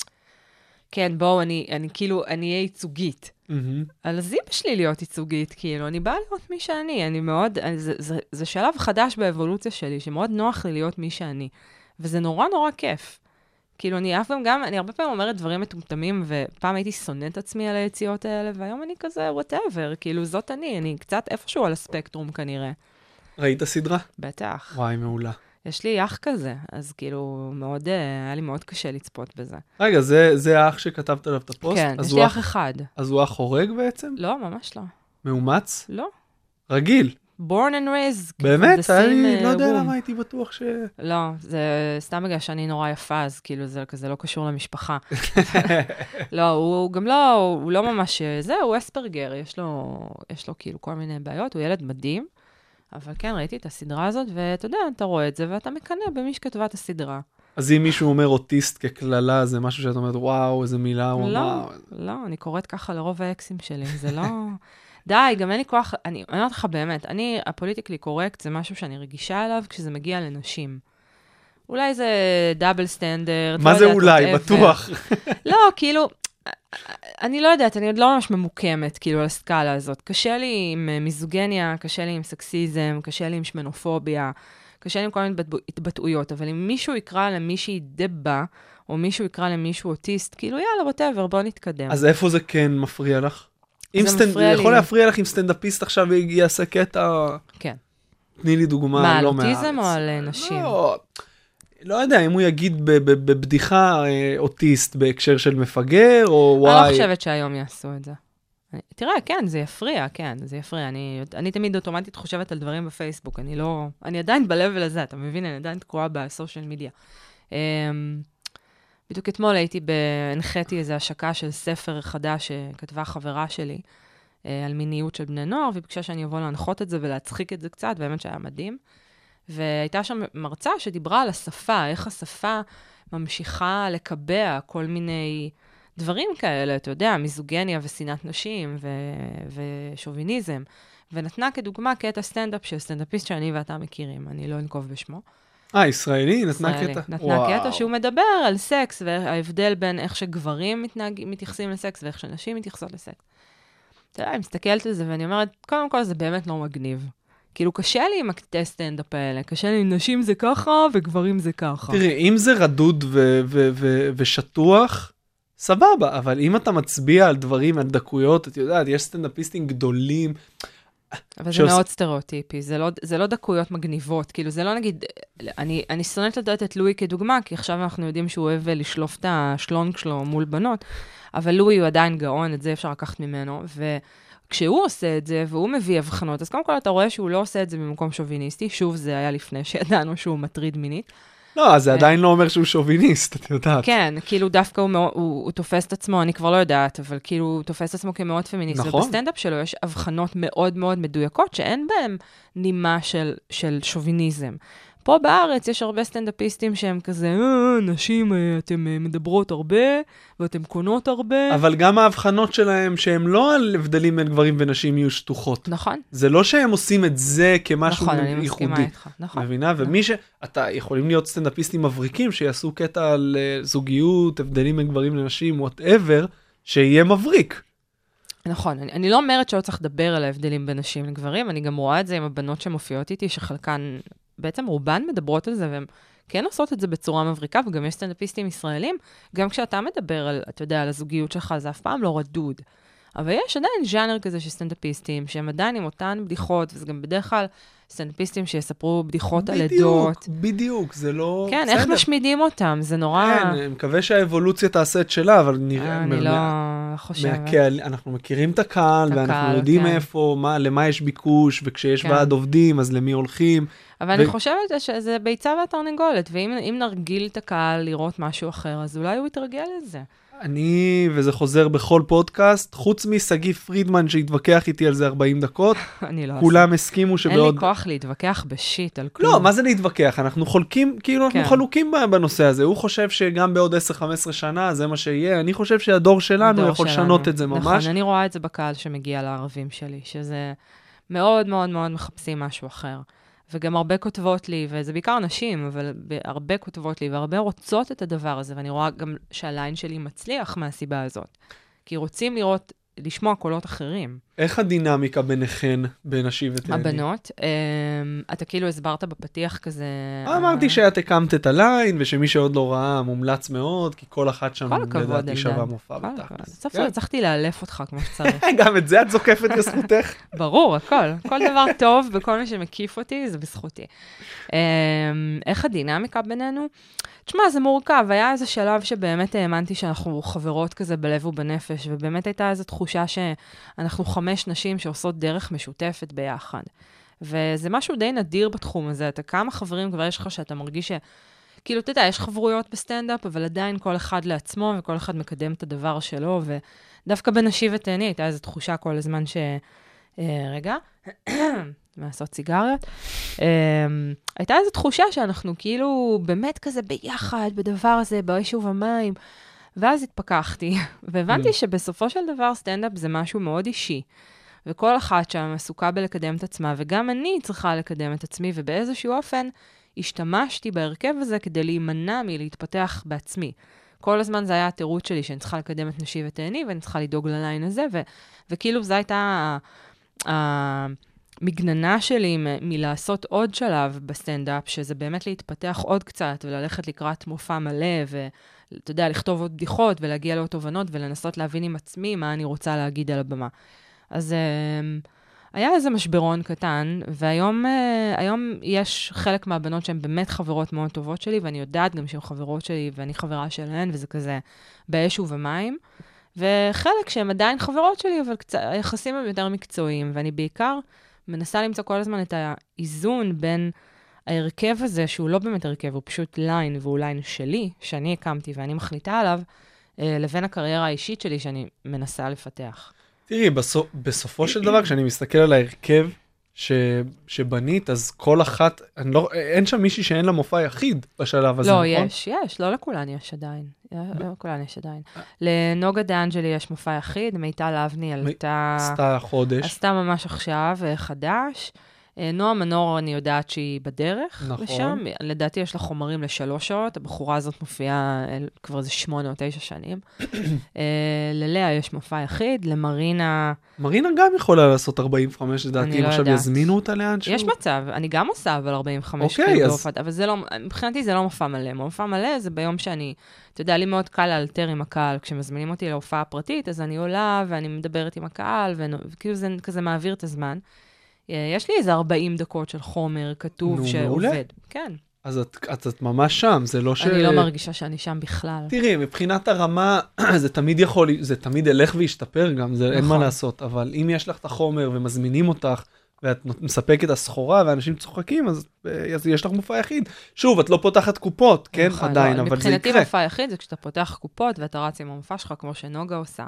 כן, בואו, אני אני כאילו, אני אהיה ייצוגית. מהמם. על הזיבה שלי להיות ייצוגית, כאילו, אני באה להיות מי שאני, אני מאוד, אני- זה- זה- זה שלב חדש באבולוציה שלי, שמאוד נוח לי להיות מי שאני. וזה נורא נורא כיף. כאילו, אני אף פעם גם, אני הרבה פעמים אומרת דברים מטומטמים, ופעם הייתי שונאת עצמי על היציאות האלה, והיום אני כזה, whatever, כאילו, זאת אני, אני קצת איפשהו על הספקטרום כנראה. ראית סדרה? בטח. וואי, מעולה. יש לי אח כזה, אז כאילו, מאוד, אה, היה לי מאוד קשה לצפות בזה. רגע, זה זה האח שכתבת עליו את הפוסט? כן, אז יש הוא לי אח- אח אחד. אז הוא אח חורג בעצם? לא, ממש לא. מאומץ? לא. רגיל. born and raised. באמת? the היה same, לי, אה, לא יודע womb. למה הייתי בטוח ש... לא, זה סתם בגלל שאני נורא יפה, אז כאילו זה כזה לא קשור למשפחה. לא, הוא גם לא, הוא לא ממש, זה, הוא אספרגר, יש לו, יש לו כאילו כל מיני בעיות, הוא ילד מדהים, אבל כן, ראיתי את הסדרה הזאת, ואתה יודע, אתה רואה את זה, ואתה מקנא במי שכתבה את הסדרה. אז אם מישהו אומר אוטיסט ככללה, זה משהו שאת אומרת, וואו, איזה מילה הוא לא, אמר. לא, אני קוראת ככה לרוב האקסים שלי, זה לא... די, גם אין לי כוח, אני אני אומרת לך באמת, אני, הפוליטיקלי קורקט זה משהו שאני רגישה אליו כשזה מגיע לנשים. אולי זה דאבל סטנדרט, מה לא זה יודעת, אולי? whatever. בטוח. לא, כאילו, אני לא יודעת, אני עוד לא ממש ממוקמת, כאילו, על הסקאלה הזאת. קשה לי עם אה, מיזוגניה, קשה לי עם סקסיזם, קשה לי עם שמנופוביה, קשה לי עם כל מיני התבטאו- התבטאויות, אבל אם מישהו יקרא למישהי דבה, או מישהו יקרא למישהו אוטיסט, כאילו, יאללה, whatever, בוא נתקדם. אז איפה זה כן מפריע לך? אם זה סטנד- מפריע יכול לי. להפריע לך אם סטנדאפיסט עכשיו יעשה קטע... כן. תני לי דוגמה מה, על לא מהארץ. אוטיזם או על, אה, נשים? לא, לא יודע, אם הוא יגיד ב- ב- בבדיחה אה, אוטיסט בהקשר של מפגר, או וואי. אני לא חושבת שהיום יעשו את זה. אני- תראה, כן, זה יפריע, כן, זה יפריע. אני, אני תמיד אוטומטית חושבת על דברים בפייסבוק, אני לא... אני עדיין ב-level הזה, אתה מבין? אני עדיין תקועה בסושיאל מדיה. Um, בדיוק אתמול הייתי, הנחיתי איזו השקה של ספר חדש שכתבה חברה שלי, uh, על מיניות של בני נוער, והיא ביקשה שאני אבוא להנחות את זה ולהצחיק את זה קצת, באמת שהיה מדהים. והייתה שם מרצה שדיברה על השפה, איך השפה ממשיכה לקבע כל מיני דברים כאלה, אתה יודע, מיזוגניה ושנאת נשים ו- ושוביניזם. ונתנה כדוגמה קטע סטנדאפ של סטנדאפיסט שאני ואתה מכירים, אני לא אנקוב בשמו. אה, ישראלי? נתנה ישראלי. קטע? נתנה וואו. קטע שהוא מדבר על סקס, וההבדל בין איך שגברים מתנהג, מתייחסים לסקס ואיך שנשים מתייחסות לסקס. אתה יודע, אני מסתכלת על זה ואני אומרת, קודם כל זה באמת לא מגניב. כאילו, קשה לי עם הקטעי סטנדאפ האלה, קשה לי עם נשים זה ככה וגברים זה ככה. תראי, אם זה רדוד ו- ו- ו- ושטוח, סבבה, אבל אם אתה מצביע על דברים, על דקויות, את יודעת, יש סטנדאפיסטים גדולים. אבל שעוש... זה מאוד סטריאוטיפי, זה לא, זה לא דקויות מגניבות, כאילו זה לא נגיד, אני, אני שונאת לדעת את לואי כדוגמה, כי עכשיו אנחנו יודעים שהוא אוהב לשלוף את השלונג שלו מול בנות, אבל לואי הוא עדיין גאון, את זה אפשר לקחת ממנו, וכשהוא עושה את זה, והוא מביא הבחנות, אז קודם כל אתה רואה שהוא לא עושה את זה במקום שוביניסטי, שוב זה היה לפני שידענו שהוא מטריד מינית. לא, זה עדיין לא אומר שהוא שוביניסט, את יודעת. כן, כאילו דווקא הוא, מאוד, הוא, הוא תופס את עצמו, אני כבר לא יודעת, אבל כאילו הוא תופס את עצמו כמאוד פמיניסט. נכון. ובסטנדאפ שלו יש הבחנות מאוד מאוד מדויקות, שאין בהם נימה של, של שוביניזם. פה בארץ יש הרבה סטנדאפיסטים שהם כזה, אה, נשים, אתם מדברות הרבה, ואתם קונות הרבה. אבל גם ההבחנות שלהם, שהם לא על הבדלים בין גברים ונשים, יהיו שטוחות. נכון. זה לא שהם עושים את זה כמשהו נכון, אני ייחודי. מסכימה איתך, נכון. מבינה? ומי ש... אתה יכולים להיות סטנדאפיסטים מבריקים, שיעשו קטע על uh, זוגיות, הבדלים בין גברים לנשים, whatever, שיהיה מבריק. נכון, אני, אני לא אומרת שלא צריך לדבר על ההבדלים בין נשים לגברים, אני גם רואה את זה עם הבנות שמופיעות איתי, שחלקן, בעצם רובן מדברות על זה, והן כן עושות את זה בצורה מבריקה, וגם יש סטנדאפיסטים ישראלים, גם כשאתה מדבר על, אתה יודע, על הזוגיות שלך, זה אף פעם לא רדוד. אבל יש עדיין ז'אנר כזה של סטנדאפיסטים, שהם עדיין עם אותן בדיחות, וזה גם בדרך כלל סטנדאפיסטים שיספרו בדיחות על עדות. בדיוק, בדיוק, זה לא... כן, איך משמידים אותם, זה נורא... כן, אני מקווה שהאבולוציה תעשה את שלה, אבל נראה... אני לא חושבת. אנחנו מכירים את הקהל, ואנחנו יודעים איפה, למה יש ביקוש, וכשיש ועד עובדים, אז למי הולכים. אבל אני חושבת שזה ביצה והתרנגולת, ואם נרגיל את הקהל לראות משהו אחר, אז אולי הוא יתרגל לזה. אני, וזה חוזר בכל פודקאסט, חוץ מסגי פרידמן שהתווכח איתי על זה ארבעים דקות, אני לא כולם הסכימו שבעוד... אין לי כוח להתווכח בשיט על כלום. לא, מה זה להתווכח? אנחנו חולקים, כאילו אנחנו חלוקים בנושא הזה. הוא חושב שגם בעוד עשר חמש עשרה שנה זה מה שיהיה. אני חושב שהדור שלנו יכול לשנות את זה ממש. נכון, אני רואה את זה בקהל שמגיע לערבים שלי, שזה מאוד מאוד מאוד מחפשים משהו אחר. וגם הרבה כותבות לי, וזה בעיקר נשים, אבל הרבה כותבות לי, והרבה רוצות את הדבר הזה, ואני רואה גם שהליין שלי מצליח מהסיבה הזאת. כי רוצים לראות, לשמוע קולות אחרים. איך הדינמיקה ביניכן, בין נשי ותהני? הבנות, אתה כאילו הסברת בפתיח כזה... אמרתי שאת הקמת את הליין, ושמי שעוד לא ראה מומלץ מאוד, כי כל אחת שם לדעתי שווה מופע בתכלס. סוף סוף הצלחתי לאלף אותך כמו שצריך. גם את זה את זוקפת לזכותך? ברור, הכל. כל דבר טוב וכל מי שמקיף אותי, זה בזכותי. איך הדינמיקה בינינו? תשמע, זה מורכב. היה איזה שלב שבאמת האמנתי שאנחנו חברות כזה בלב ובנפש, ובאמת הייתה איזו תחושה שאנחנו חמש נשים שעושות דרך משותפת ביחד. וזה משהו די נדיר בתחום הזה. אתה כמה חברים כבר יש לך שאתה מרגיש ש... כאילו, אתה יודע, יש חברויות בסטנדאפ, אבל עדיין כל אחד לעצמו, וכל אחד מקדם את הדבר שלו, ודווקא בנשי ותהני הייתה איזו תחושה כל הזמן ש... רגע, לעשות סיגריות. הייתה איזו תחושה שאנחנו כאילו באמת כזה ביחד, בדבר הזה, באש ובמים, ואז התפקחתי, והבנתי שבסופו של דבר סטנדאפ זה משהו מאוד אישי, וכל אחת שם עסוקה בלקדם את עצמה, וגם אני צריכה לקדם את עצמי, ובאיזשהו אופן השתמשתי בהרכב הזה כדי להימנע מלהתפתח בעצמי. כל הזמן זה היה התירוץ שלי שאני צריכה לקדם את נשי ותהני, ואני צריכה לדאוג לליין הזה, ו- וכאילו זו הייתה המגננה שלי מ- מלעשות עוד שלב בסטנדאפ, שזה באמת להתפתח עוד קצת, וללכת לקראת מופע מלא, ואתה יודע, לכתוב עוד בדיחות, ולהגיע לעוד תובנות, ולנסות להבין עם עצמי מה אני רוצה להגיד על הבמה. אז היה איזה משברון קטן, והיום היום יש חלק מהבנות שהן באמת חברות מאוד טובות שלי, ואני יודעת גם שהן חברות שלי, ואני חברה שלהן, וזה כזה באש ובמים. וחלק שהן עדיין חברות שלי, אבל קצ... היחסים הם יותר מקצועיים, ואני בעיקר מנסה למצוא כל הזמן את האיזון בין ההרכב הזה, שהוא לא באמת הרכב, הוא פשוט ליין, והוא ליין שלי, שאני הקמתי ואני מחליטה עליו, לבין הקריירה האישית שלי שאני מנסה לפתח. תראי, בסופ... בסופו של דבר, כשאני מסתכל על ההרכב ש... שבנית, אז כל אחת, אני לא... אין שם מישהי שאין לה מופע יחיד בשלב הזה, לא, נכון? יש, יש, לא לכולן יש עדיין. לא לכולן יש עדיין. לנוגה דאנג'לי יש מופע יחיד, מיטל אבני עלתה... עשתה חודש. עשתה ממש עכשיו, חדש. נועה מנור, אני יודעת שהיא בדרך נכון. לשם. לדעתי יש לה חומרים לשלוש שעות, הבחורה הזאת מופיעה כבר איזה שמונה או תשע שנים. ללאה יש מופע יחיד, למרינה... מרינה גם יכולה לעשות ארבעים וחמש, לדעתי, אם לא עכשיו יודעת. יזמינו אותה לאנשהו. יש מצב, אני גם עושה אבל ארבעים וחמש, אוקיי, כאילו אז... בהופעת, אבל זה לא, מבחינתי זה לא מופע מלא. מופע מלא זה ביום שאני, אתה יודע, לי מאוד קל לאלתר עם הקהל, כשמזמינים אותי להופעה פרטית, אז אני עולה ואני מדברת עם הקהל, וכאילו זה כזה מעביר את הזמן. יש לי איזה ארבעים דקות של חומר כתוב נו, שעובד. מעולה. כן. אז את, את, את ממש שם, זה לא ש... אני לא מרגישה שאני שם בכלל. תראי, מבחינת הרמה, זה תמיד יכול, זה תמיד ילך וישתפר גם, זה נכון. אין מה לעשות, אבל אם יש לך את החומר ומזמינים אותך, ואת מספקת הסחורה, ואנשים צוחקים, אז, אז יש לך מופע יחיד. שוב, את לא פותחת קופות, כן? נכון, עדיין, לא, אבל זה יקרה. מבחינתי מופע יחיד זה כשאתה פותח קופות, ואתה רץ עם המופע שלך, כמו שנוגה עושה.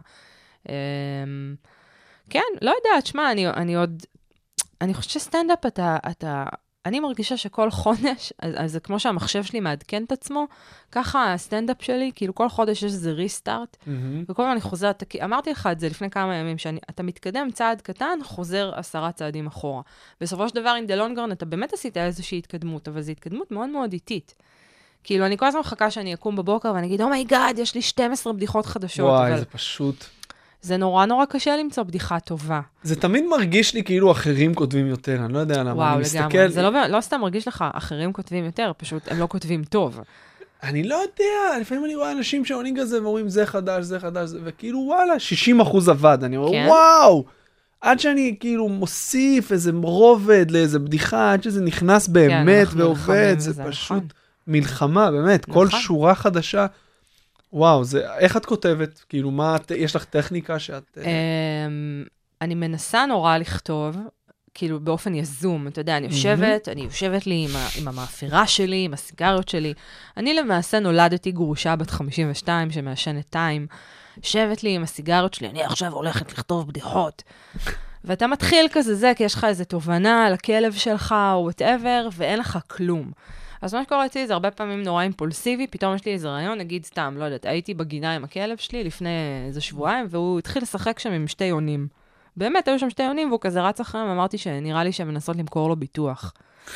כן, לא יודעת, שמה, אני, אני עוד... אני חושבת שסטנדאפ אתה, אתה, אני מרגישה שכל חודש, אז, אז זה כמו שהמחשב שלי מעדכן את עצמו, ככה הסטנדאפ שלי, כאילו כל חודש יש איזה ריסטארט, mm-hmm. וכל פעם אני חוזרת, אמרתי לך את זה לפני כמה ימים, שאתה מתקדם צעד קטן, חוזר עשרה צעדים אחורה. בסופו של דבר, עם דלונגרן, אתה באמת עשית איזושהי התקדמות, אבל זו התקדמות מאוד מאוד איטית. כאילו, אני כל הזמן מחכה שאני אקום בבוקר, ואני אגיד, אומייגאד, יש לי שתים עשרה בדיחות חדשות. וואי, אבל... זה פשוט... זה נורא נורא קשה למצוא בדיחה טובה. זה תמיד מרגיש לי כאילו אחרים כותבים יותר, אני לא יודע למה. וואו, אני לגמרי. מסתכל... זה לא, לא סתם מרגיש לך, אחרים כותבים יותר, פשוט הם לא כותבים טוב. אני לא יודע, לפעמים אני רואה אנשים שעונים כזה ואומרים זה חדש, זה חדש, זה... וכאילו וואלה, שישים אחוז עבד. אני אומר, כן? וואו! עד שאני כאילו מוסיף איזה רובד לאיזה בדיחה, עד שזה נכנס באמת כן, ועובד, זה וזה, פשוט נכון. מלחמה, באמת. נכון. כל שורה חדשה. וואו, זה... איך את כותבת? כאילו, מה... יש לך טכניקה שאת... אמ, אני מנסה נורא לכתוב, כאילו באופן יזום, אתה יודע, אני יושבת, אני יושבת לי עם, ה, עם המאפירה שלי, עם הסיגריות שלי. אני למעשה נולדתי גרושה בת חמישים ושתיים שמעשנת טיים, יושבת לי עם הסיגריות שלי, אני עכשיו הולכת לכתוב בדיחות. ואתה מתחיל כזה זה, כי יש לך איזו תובנה על הכלב שלך או whatever, ואין לך כלום. אז מה שקורה אצלי זה הרבה פעמים נורא אימפולסיבי, פתאום יש לי איזה רעיון, נגיד סתם, לא יודעת, הייתי בגינה עם הכלב שלי לפני איזה שבועיים, והוא התחיל לשחק שם עם שתי יונים. באמת, היו שם שתי יונים, והוא כזה רץ אחריהם, ואמרתי שנראה לי שהם מנסות למכור לו ביטוח.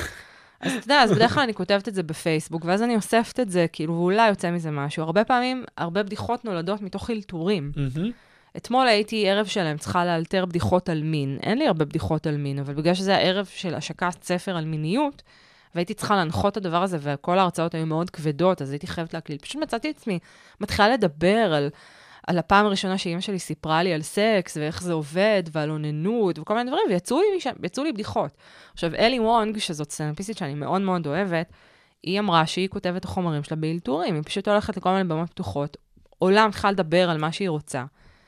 אז אתה יודע, אז בדרך כלל אני כותבת את זה בפייסבוק, ואז אני אוספת את זה, כאילו, ואולי יוצא מזה משהו. הרבה פעמים, הרבה בדיחות נולדות מתוך אלתורים. אתמול הייתי ערב שלהם, צריכה לאלתר בדיחות על מין. אין לי הרבה בדיחות על מין, אבל בגלל שזה הערב של השקת ספר על מיניות, והייתי צריכה להנחות את הדבר הזה, וכל ההרצאות היו מאוד כבדות, אז הייתי חייבת להקליל. פשוט מצאתי את עצמי, מתחילה לדבר על, על הפעם הראשונה שאמא שלי סיפרה לי על סקס, ואיך זה עובד, ועל אוננות, וכל מיני דברים, ויצאו לי, יצאו לי בדיחות. עכשיו, אלי וונג, שזאת סטנדאפיסטית שאני מאוד מאוד אוהבת, היא אמרה שהיא כותבת את החומרים שלה באלתורים, היא פשוט הולכת לכל מיני במות פתוחות, עולם מתחילה לדבר על מה שהיא רוצה,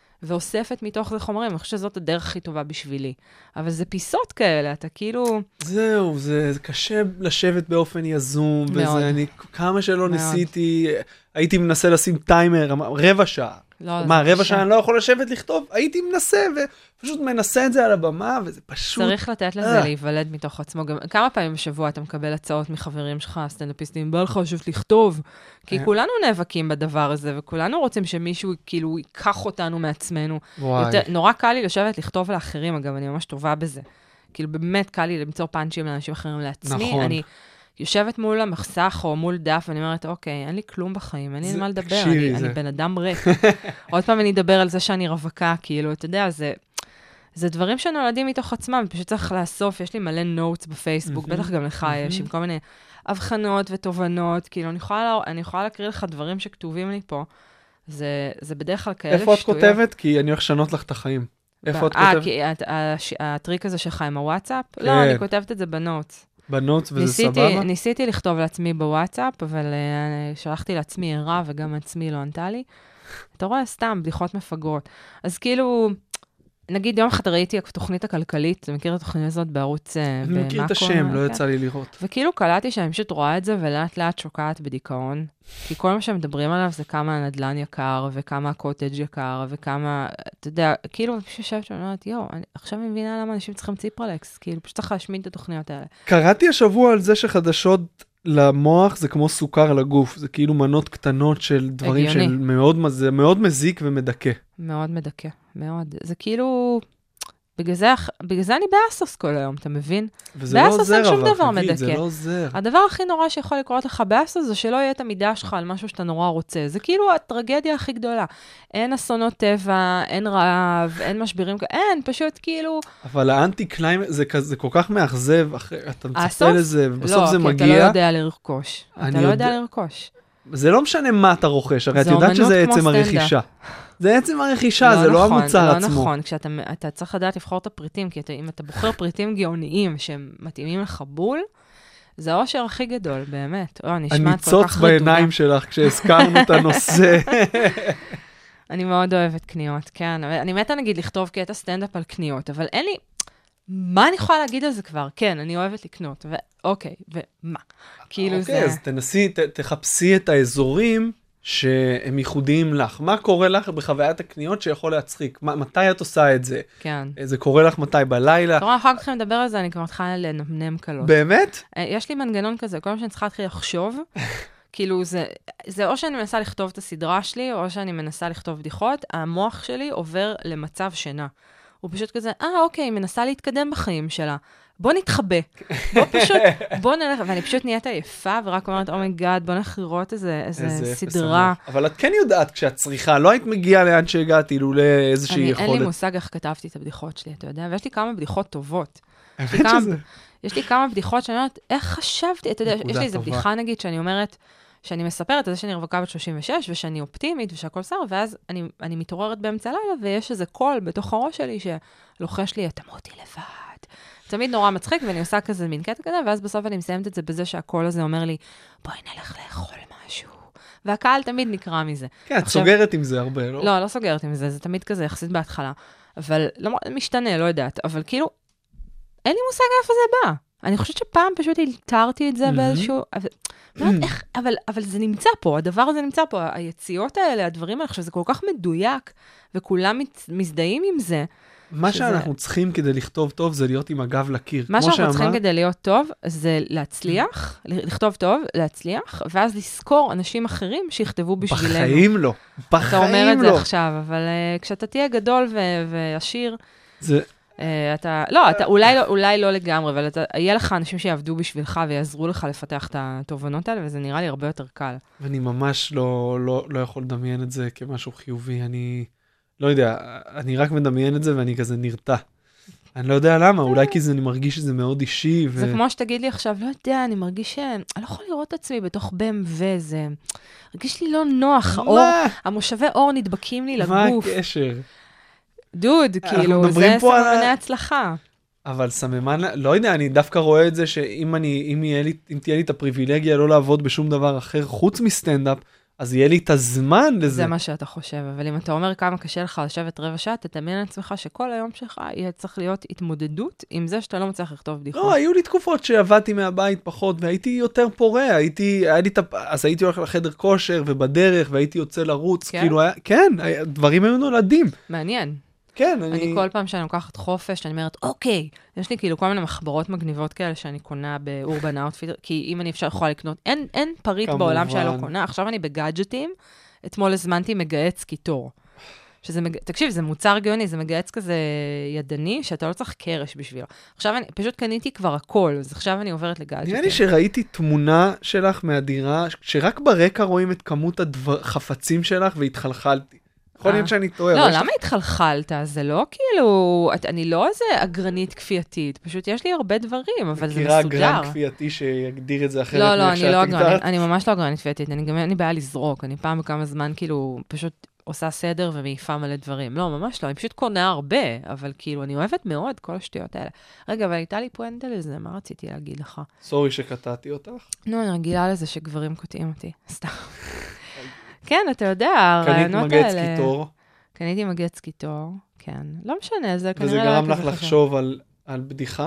ואוספת מתוך זה חומרים, אני חושבת שזאת הדרך הכי טובה בשבילי. אבל זה פיסות כאלה, אתה כאילו... זהו, זה, זה קשה לשבת באופן יזום, מאוד. וזה אני, כמה שלא מאוד. ניסיתי, הייתי מנסה לשים טיימר, רבע שעה. לא, מה, רבע שעה אני לא יכול לשבת לכתוב? הייתי מנסה, ופשוט מנסה את זה על הבמה, וזה פשוט... צריך לתת לזה להיוולד מתוך עצמו. גם כמה פעמים בשבוע אתה מקבל הצעות מחברים שלך, סטנדאפיסטים, בא לך חושב לכתוב, כי כולנו נאבקים בדבר הזה, וכולנו רוצים שמישהו כאילו ייקח אותנו מעצמנו. יותר, נורא קל לי לשבת לכתוב לאחרים, אגב, אני ממש טובה בזה. כאילו באמת קל לי למצוא פאנצ'ים לאנשים אחרים לעצמי. נכון. אני יושבת מול המחסך או מול דף, ואני אומרת, אוקיי, אין לי כלום בחיים, אין לי מה לדבר, אני, אני בן אדם ריק. עוד פעם אני אדבר על זה שאני רווקה, כאילו, אתה יודע, זה, זה דברים שנולדים מתוך עצמם, פשוט צריך לאסוף, יש לי מלא נוטס בפייסבוק, בטח גם לך יש, עם כל מיני הבחנות ותובנות, כאילו, אני יכולה, אני יכולה להקריא לך דברים שכתובים לי פה, זה, זה בדרך כלל כאלה שטויות. איפה את כותבת? כי אני הולך לשנות לך את החיים. איפה את כותבת? אה, כי הטריק הזה שלך עם הוואטסאפ? לא, אני כותבת את זה בנוטס. בנוטס וזה ניסיתי, סבבה? ניסיתי לכתוב לעצמי בוואטסאפ, אבל uh, שלחתי לעצמי ערה, וגם עצמי לא ענתה לי. אתה רואה, סתם, בדיחות מפגרות. אז כאילו, נגיד יום אחד ראיתי התוכנית הכלכלית, אתה מכיר את התוכנית הזאת בערוץ במאקו? אני מכיר את השם, לא יצא לי לראות. וכאילו קלטתי שאני פשוט רואה את זה, ולאט לאט שוקעת בדיכאון. כי כל מה שמדברים עליו זה כמה הנדלן יקר, וכמה הקוטג' יקר, וכמה, אתה יודע, כאילו, אני פשוט חושבת שאני אומרת, יו, עכשיו אני מבינה למה אנשים צריכים ציפרלקס, כאילו, פשוט צריך להשמיד את התוכניות האלה. קראתי השבוע על זה שחדשות למוח זה כמו סוכר לגוף, זה כאילו מנות קטנות של דברים של מאוד, זה מאוד מזיק ומדכא. מאוד מדכא, מאוד. זה כאילו... בגלל זה, בגלל זה אני באסוס כל היום, אתה מבין? וזה לא עוזר, אבל חביב, זה לא עוזר. הדבר הכי נורא שיכול לקרות לך באסוס, זה שלא יהיה את המידה שלך על משהו שאתה נורא רוצה. זה כאילו הטרגדיה הכי גדולה. אין אסונות טבע, אין רעב, אין משברים, אין, פשוט כאילו... אבל האנטי קליימט, זה, זה כל כך מאכזב, אתה מצפה לזה, ובסוף לא, זה מגיע... לא, כי אתה לא יודע לרכוש. אתה לא יודע לרכוש. זה לא משנה מה אתה רוכש, הרי את יודעת שזה עצם הרכישה. זה עצם הרכישה, זה לא המוצר עצמו. זה לא נכון, כשאתה צריך לדעת לבחור את הפריטים, כי אם אתה בוחר פריטים גאוניים שהם מתאימים לך בול, זה האושר הכי גדול, באמת. הניצוץ בעיניים שלך כשהזכרנו את הנושא. אני מאוד אוהבת קניות, כן. אני מתה נגיד לכתוב קטע סטנדאפ על קניות, אבל אין לי... מה אני יכולה להגיד על זה כבר? כן, אני אוהבת לקנות. אוקיי, ומה? כאילו זה... אוקיי, אז תנסי, תחפשי את האזורים שהם ייחודיים לך. מה קורה לך בחוויית הקניות שיכול להצחיק? מתי את עושה את זה? כן. זה קורה לך מתי? בלילה? תראה, אחר כך נדבר על זה, אני כבר מתחילה לנמנם קלות. באמת? יש לי מנגנון כזה, כל מה שאני צריכה להתחיל לחשוב, כאילו זה, זה או שאני מנסה לכתוב את הסדרה שלי, או שאני מנסה לכתוב בדיחות, המוח שלי עובר למצב שינה. הוא פשוט כזה, אה, אוקיי, היא מנסה להתקדם בחיים שלה. בוא נתחבא. בוא פשוט, בוא נלך, ואני פשוט נהיית עייפה, ורק אומרת, אומייגאד, בוא נלך לראות איזה, איזה סדרה. אבל את כן יודעת כשאת צריכה, לא היית מגיעה לאן שהגעתי, לו לאיזושהי יכולת. אין לי מושג איך כתבתי את הבדיחות שלי, אתה יודע, ויש לי כמה בדיחות טובות. האמת שזה. יש לי כמה בדיחות שאני אומרת, איך חשבתי, אתה יודע, יש לי איזו בדיחה נגיד, שאני אומרת, שאני מספרת על זה שאני רווקה בת שלושים ושש, ושאני אופטימית, ושהכל סער, ואז אני, אני מתעוררת באמצע לילה, ויש איזה קול בתוך הראש שלי, שלוחש לי, אתה מותי לבד. תמיד נורא מצחיק, ואני עושה כזה מין קטע כזה, ואז בסוף אני מסיימת את זה בזה שהקול הזה אומר לי, בואי נלך לאכול משהו. והקהל תמיד נקרא מזה. כן, את סוגרת עם זה הרבה, לא? לא, לא סוגרת עם זה, זה תמיד כזה יחסית בהתחלה. אבל, לא, משתנה, לא יודעת, אבל כאילו, אין לי מושג איפה זה בא. אני חושבת שפעם פשוט הלתרתי את זה באיזשהו... איך, אבל, אבל זה נמצא פה, הדבר הזה נמצא פה, היציאות האלה, הדברים האלה, עכשיו זה כל כך מדויק, וכולם מזדהים עם זה. מה שאנחנו צריכים כדי לכתוב טוב, זה להיות עם הגב לקיר. מה שאנחנו צריכים כדי להיות טוב, זה להצליח, לכתוב טוב, להצליח, ואז לזכור אנשים אחרים שיכתבו בשבילנו. בחיים לא, בחיים לא. אתה אומר את זה עכשיו, אבל כשאתה תהיה גדול ועשיר, זה... אתה, לא, אתה אולי לא, אולי לא לגמרי, אבל אתה, יהיה לך אנשים שיעבדו בשבילך ויעזרו לך לפתח את התובנות האלה, וזה נראה לי הרבה יותר קל. ואני ממש לא, לא, לא יכול לדמיין את זה כמשהו חיובי. אני לא יודע, אני רק מדמיין את זה ואני כזה נרתע. אני לא יודע למה, אולי כי זה, אני מרגיש שזה מאוד אישי. ו... זה כמו שתגיד לי עכשיו, לא יודע, אני מרגיש ש... אני לא יכול לראות את עצמי בתוך בי אם דאבליו, זה... מרגיש לי לא נוח, האור, המושבי אור נדבקים לי לגוף. מה הקשר? דוד, כאילו, זה סממני הצלחה. אבל סממן, לא יודע, אני דווקא רואה את זה שאם אני, אם יהיה לי, אם תהיה לי את הפריבילגיה לא לעבוד בשום דבר אחר חוץ מסטנדאפ, אז יהיה לי את הזמן לזה. זה מה שאתה חושב, אבל אם אתה אומר כמה קשה לך לשבת רבע שעה, תתאמן לעצמך שכל היום שלך יהיה צריך להיות התמודדות עם זה שאתה לא מצליח לכתוב בדיחות. לא, היו לי תקופות שעבדתי מהבית פחות, והייתי יותר פורה, הייתי, היה לי, אז הייתי הולך לחדר כושר ובדרך, והייתי יוצא לרוץ, כן? כאילו, היה, כן, דברים היו נולדים. מעניין. כן, אני... אני כל פעם שאני לוקחת חופש, אני אומרת, אוקיי, יש לי כאילו כל מיני מחברות מגניבות כאלה שאני קונה באורבן אאוטפיטר, כי אם אני אפשר יכולה לקנות, אין, אין פריט כמובן. בעולם שאני לא קונה, עכשיו אני בגאדג'טים, אתמול הזמנתי מגהץ קיטור. שזה, מג... תקשיב, זה מוצר גאוני, זה מגהץ כזה ידני, שאתה לא צריך קרש בשבילו. עכשיו אני, פשוט קניתי כבר הכל, אז עכשיו אני עוברת לגאדג'טים. נראה לי שראיתי תמונה שלך מהדירה, שרק ברקע רואים את כמות החפצים שלך והתחלחלתי. יכול להיות שאני טועה. לא, למה התחלחלת? זה לא כאילו, אני לא איזה אגרנית כפייתית, פשוט יש לי הרבה דברים, אבל זה מסודר. מכירה אגרן כפייתי שיגדיר את זה אחרת. לא, לא, אני לא אגרנית, אני ממש לא אגרנית כפייתית, אני גם אין לי בעיה לזרוק, אני פעם בכמה זמן כאילו פשוט עושה סדר ומעיפה מלא דברים. לא, ממש לא, אני פשוט קונה הרבה, אבל כאילו אני אוהבת מאוד כל השטויות האלה. רגע, אבל הייתה לי פואנטה לזה, מה רציתי להגיד לך? סורי שקטעתי אותך. נו, אני רגילה לזה שגברים קוטעים אותי, סתם. כן, אתה יודע, הרעיונות האלה... קנית מגץ קיטור. קניתי מגץ קיטור, כן. לא משנה, זה כנראה... וזה גרם לך לחשוב על, על בדיחה?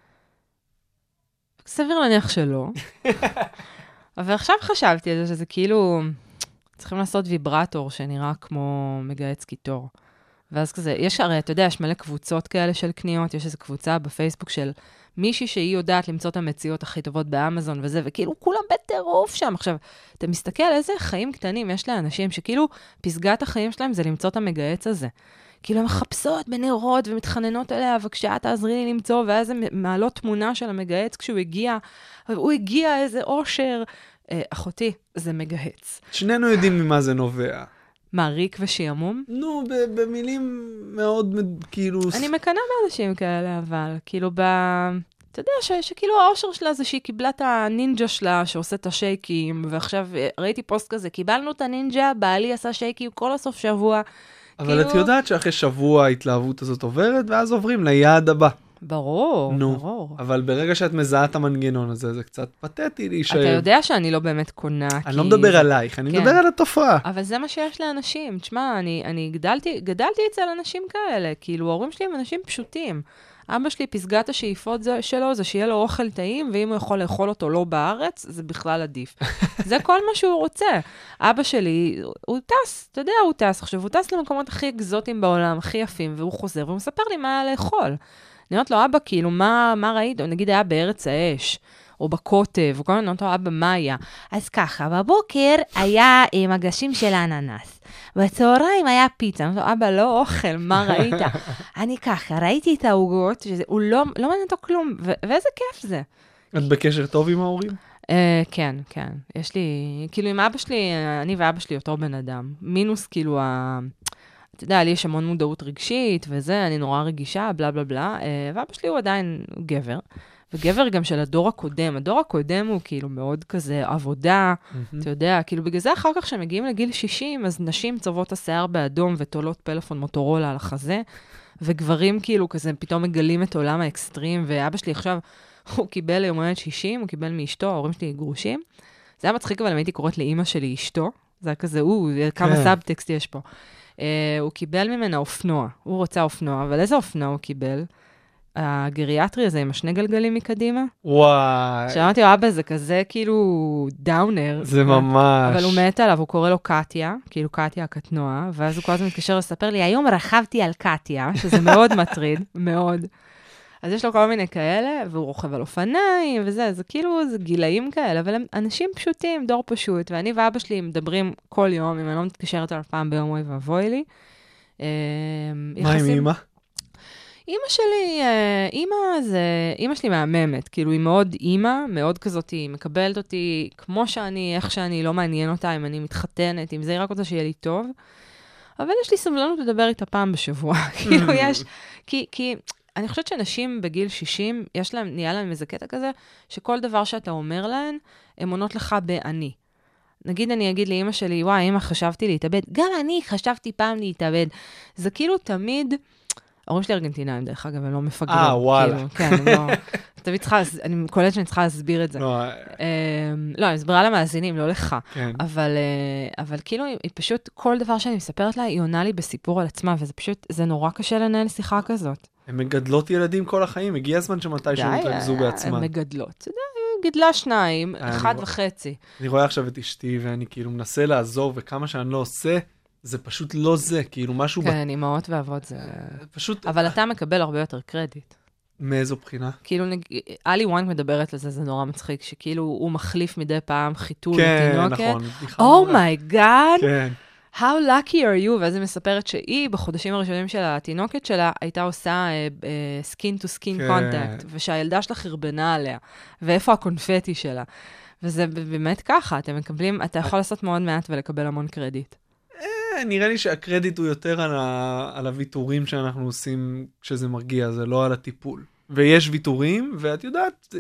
סביר להניח שלא. אבל עכשיו חשבתי על זה, שזה כאילו... צריכים לעשות ויברטור שנראה כמו מגץ קיטור. ואז כזה, יש הרי, אתה יודע, יש מלא קבוצות כאלה של קניות, יש איזו קבוצה בפייסבוק של מישהי שהיא יודעת למצוא את המציאות הכי טובות באמזון וזה, וכאילו כולם בטירוף שם. עכשיו, אתה מסתכל איזה חיים קטנים יש לאנשים שכאילו פסגת החיים שלהם זה למצוא את המגהץ הזה. כאילו הן מחפשות בנרות ומתחננות עליה, בבקשה תעזרי לי למצוא, ואז הן מעלות תמונה של המגהץ כשהוא הגיע, הוא הגיע איזה אושר. אה, אחותי, זה מגהץ. שנינו יודעים ממה זה נובע. מה, ריק ושיעמום? נו, במילים מאוד, כאילו... אני מקנה באנשים כאלה, אבל כאילו ב... אתה יודע, ש, שכאילו האושר שלה זה שהיא קיבלה את הנינג'ה שלה, שעושה את השייקים, ועכשיו ראיתי פוסט כזה, קיבלנו את הנינג'ה, בעלי עשה שייקים כל הסוף שבוע. אבל כאילו... את יודעת שאחרי שבוע ההתלהבות הזאת עוברת, ואז עוברים ליעד הבא. ברור, נו, ברור. אבל ברגע שאת מזהה את המנגנון הזה, זה קצת פתטי להישאר. אתה יודע שאני לא באמת קונה. אני כי... לא מדבר עלייך, אני כן. מדבר על התופעה. אבל זה מה שיש לאנשים. תשמע, אני, אני גדלתי, גדלתי אצל אנשים כאלה, כאילו, ההורים שלי הם אנשים פשוטים. אבא שלי, פסגת השאיפות זה, שלו, זה שיהיה לו אוכל טעים, ואם הוא יכול לאכול אותו לא בארץ, זה בכלל עדיף. זה כל מה שהוא רוצה. אבא שלי, הוא טס, אתה יודע, הוא טס. עכשיו, הוא טס למקומות הכי אקזוטיים בעולם, הכי יפים, והוא חוזר, והוא מספר לי מה היה לאכול. אני אומרת לו, אבא, כאילו, מה, מה ראית? נגיד, היה בארץ האש, או בקוטב, וכל מיני, אני אומרת לו, אבא, מה היה? אז ככה, בבוקר היה מגשים של האננס. בצהריים היה פיצה. אני אומרת, אבא, לא אוכל, מה ראית? אני ככה, ראיתי את העוגות, שהוא לא מעניין אותו כלום, ואיזה כיף זה. את בקשר טוב עם ההורים? כן, כן. יש לי, כאילו עם אבא שלי, אני ואבא שלי אותו בן אדם. מינוס כאילו ה... אתה יודע, לי יש המון מודעות רגשית, וזה, אני נורא רגישה, בלה בלה בלה, ואבא שלי הוא עדיין גבר, וגבר גם של הדור הקודם. הדור הקודם הוא כאילו מאוד כזה עבודה, אתה יודע, כאילו בגלל זה אחר כך שמגיעים לגיל שישים, אז נשים צובעות השיער באדום ותולות פלאפון מוטורולה על החזה, וגברים כאילו כזה פתאום מגלים את עולם האקסטרים, ואבא שלי עכשיו, הוא קיבל ליום הולדת שישים, הוא קיבל מאשתו, ההורים שלי גרושים. זה היה מצחיק, אבל אם הייתי קוראת לאמא שלי אשתו, זה היה כזה, הוא, כמה סאבטקסט יש פה. Uh, הוא קיבל ממנה אופנוע, הוא רוצה אופנוע, אבל איזה אופנוע הוא קיבל? הגריאטרי הזה עם השני גלגלים מקדימה? וואי. שאמרתי לו, אבא, זה כזה כאילו דאונר. זה ממש. אבל הוא מת עליו, הוא קורא לו קטיה, כאילו קטיה הקטנוע, ואז הוא כל הזמן מתקשר לספר לי, היום רכבתי על קטיה, שזה מאוד מטריד, מאוד. אז יש לו כל מיני כאלה, והוא רוכב על אופניים, וזה, זה כאילו, זה גילאים כאלה, אבל הם אנשים פשוטים, דור פשוט, ואני ואבא שלי מדברים כל יום, אם אני לא מתקשרת על פעם ביום אוי ואבוי לי. מה עם אמא? אמא שלי, אמא זה, אמא שלי מהממת, כאילו היא מאוד אמא, מאוד כזאת, היא מקבלת אותי כמו שאני, איך שאני, לא מעניין אותה, אם אני מתחתנת, אם זה היא רק רוצה שיהיה לי טוב, אבל יש לי סבלנות לדבר איתה פעם בשבוע, כאילו יש, כי, כי, אני חושבת שאנשים בגיל שישים, יש להם, נהיה להם איזה קטע כזה, שכל דבר שאתה אומר להן, הן עונות לך בעני. נגיד אני אגיד לאמא שלי, וואי, אמא, חשבתי להתאבד. גם אני חשבתי פעם להתאבד. זה כאילו תמיד, ההורים שלי ארגנטינאים, דרך אגב, הם לא מפגרים. אה, וואלה. כאילו, כן, הם לא... תמיד צריכה, אני קולטת שאני צריכה להסביר את זה. לא, לא, אני מסבירה למאזינים, לא לך. כן. אבל, אבל כאילו, היא פשוט, כל דבר שאני מספרת לה, היא עונה לי בסיפור על עצמה, וזה פשוט, זה נורא קשה לנהל שיחה כזאת. הן מגדלות ילדים כל החיים, הגיע הזמן שמתישהו יתרכזו בעצמן. הן מגדלות. אתה יודע, גידלה שניים, אחד וחצי. אני רואה עכשיו את אשתי, ואני כאילו מנסה לעזור, וכמה שאני לא עושה, זה פשוט לא זה, כאילו משהו... כן, אמהות ואבות זה... פשוט... אבל אתה מקבל הרבה יותר קרדיט. מאיזו בחינה? כאילו, אלי וואנג מדברת לזה, זה נורא מצחיק, שכאילו הוא מחליף מדי פעם חיתול לתינוקת. כן, נכון. Oh my God! כן. How lucky are you? ואז היא מספרת שהיא, בחודשים הראשונים של התינוקת שלה, הייתה עושה skin to skin contact, ושהילדה שלה חרבנה עליה, ואיפה הקונפטי שלה. וזה באמת ככה, אתם מקבלים, אתה יכול לעשות מאוד מעט ולקבל המון קרדיט. נראה לי שהקרדיט הוא יותר על, ה... על הוויתורים שאנחנו עושים כשזה מרגיע, זה לא על הטיפול. ויש ויתורים, ואת יודעת,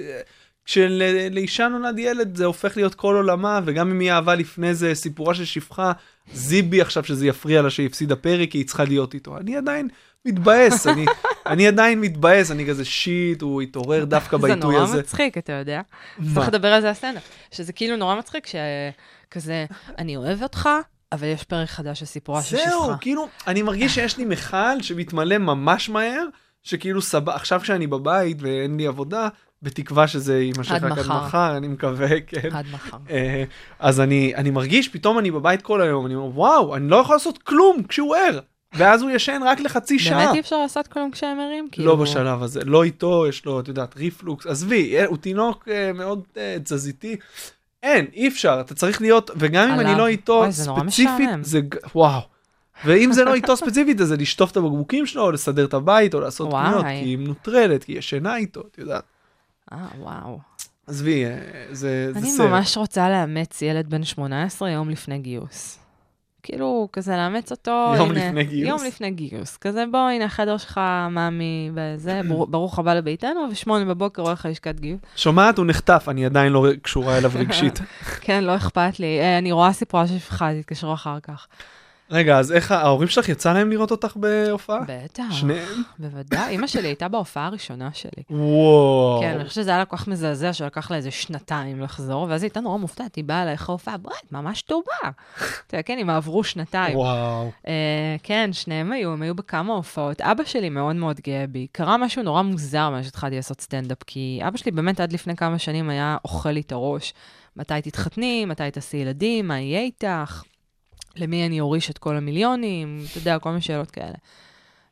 כשלאישה נולד ילד זה הופך להיות כל עולמה, וגם אם היא אהבה לפני זה סיפורה של שפחה, זיבי עכשיו שזה יפריע לה שהפסידה פרק, כי היא צריכה להיות איתו. אני עדיין מתבאס, אני, אני עדיין מתבאס, אני כזה שיט, הוא התעורר דווקא בעיתוי הזה. זה נורא מצחיק, אתה יודע. צריך לדבר על זה הסצנה, שזה כאילו נורא מצחיק, שכזה, אני אוהב אותך, אבל יש פרק חדש של סיפורה של שפחה. זהו, כאילו, אני מרגיש שיש לי מיכל שמתמלא ממש מהר, שכאילו סבא, עכשיו שאני בבית ואין לי עבודה, בתקווה שזה יימשך רק עד מחר, אני מקווה, כן. עד מחר. אז אני, אני מרגיש, פתאום אני בבית כל היום, אני אומר, וואו, אני לא יכול לעשות כלום כשהוא ער, ואז הוא ישן רק לחצי שעה. באמת אי אפשר לעשות כלום כשהם ערים? לא בשלב הזה, לא איתו, יש לו, את יודעת, ריפלוקס, עזבי, הוא תינוק מאוד תזזיתי, אין, אי אפשר, אתה צריך להיות, וגם אם אני לא איתו ספציפית, זה, וואו. ואם זה לא איתו ספציפית, אז זה לשטוף את הבקבוקים שלו, או לסדר את הבית, או לעשות קניות, כי היא מנוטרלת, כי היא ישנה איתו, את יודעת. אה, וואו. עזבי, זה אני סרט. ממש רוצה לאמץ ילד בן שמונה עשרה יום לפני גיוס. כאילו, כזה לאמץ אותו. יום לפני גיוס? יום לפני גיוס. כזה, בוא, הנה החדר שלך, מאמי, בזה, ברוך הבא לביתנו, ושמונה בבוקר רואה לך לשכת גיוס. שומעת, הוא נחטף, אני עדיין לא קשורה אליו רגשית. כן, לא אכפת לי. אני רואה סיפורה של שפחה, תתקשרו אחר כך. רגע, אז איך, ההורים שלך יצא להם לראות אותך בהופעה? בטח. שניהם? בוודאי. אמא שלי הייתה בהופעה הראשונה שלי. וואו. כן, אני חושבת שזה היה לקוח מזעזע, שלקח לה איזה שנתיים לחזור, ואז היא הייתה נורא מופתעת, היא באה אליך ההופעה, בואי, את ממש טובה. אתה יודע, כן, הם עברו שנתיים. וואו. כן, שניהם היו, הם היו בכמה הופעות. אבא שלי מאוד מאוד גאה בי. קרה משהו נורא מוזר מה שהתחלתי לעשות סטנדאפ, כי אבא שלי באמת עד לפני כמה שנים היה אוכל לי את הראש. מתי תתחתני, מתי תעשי ילדים, מה יהיה איתך? למי אני אוריש את כל המיליונים, אתה יודע, כל מיני שאלות כאלה.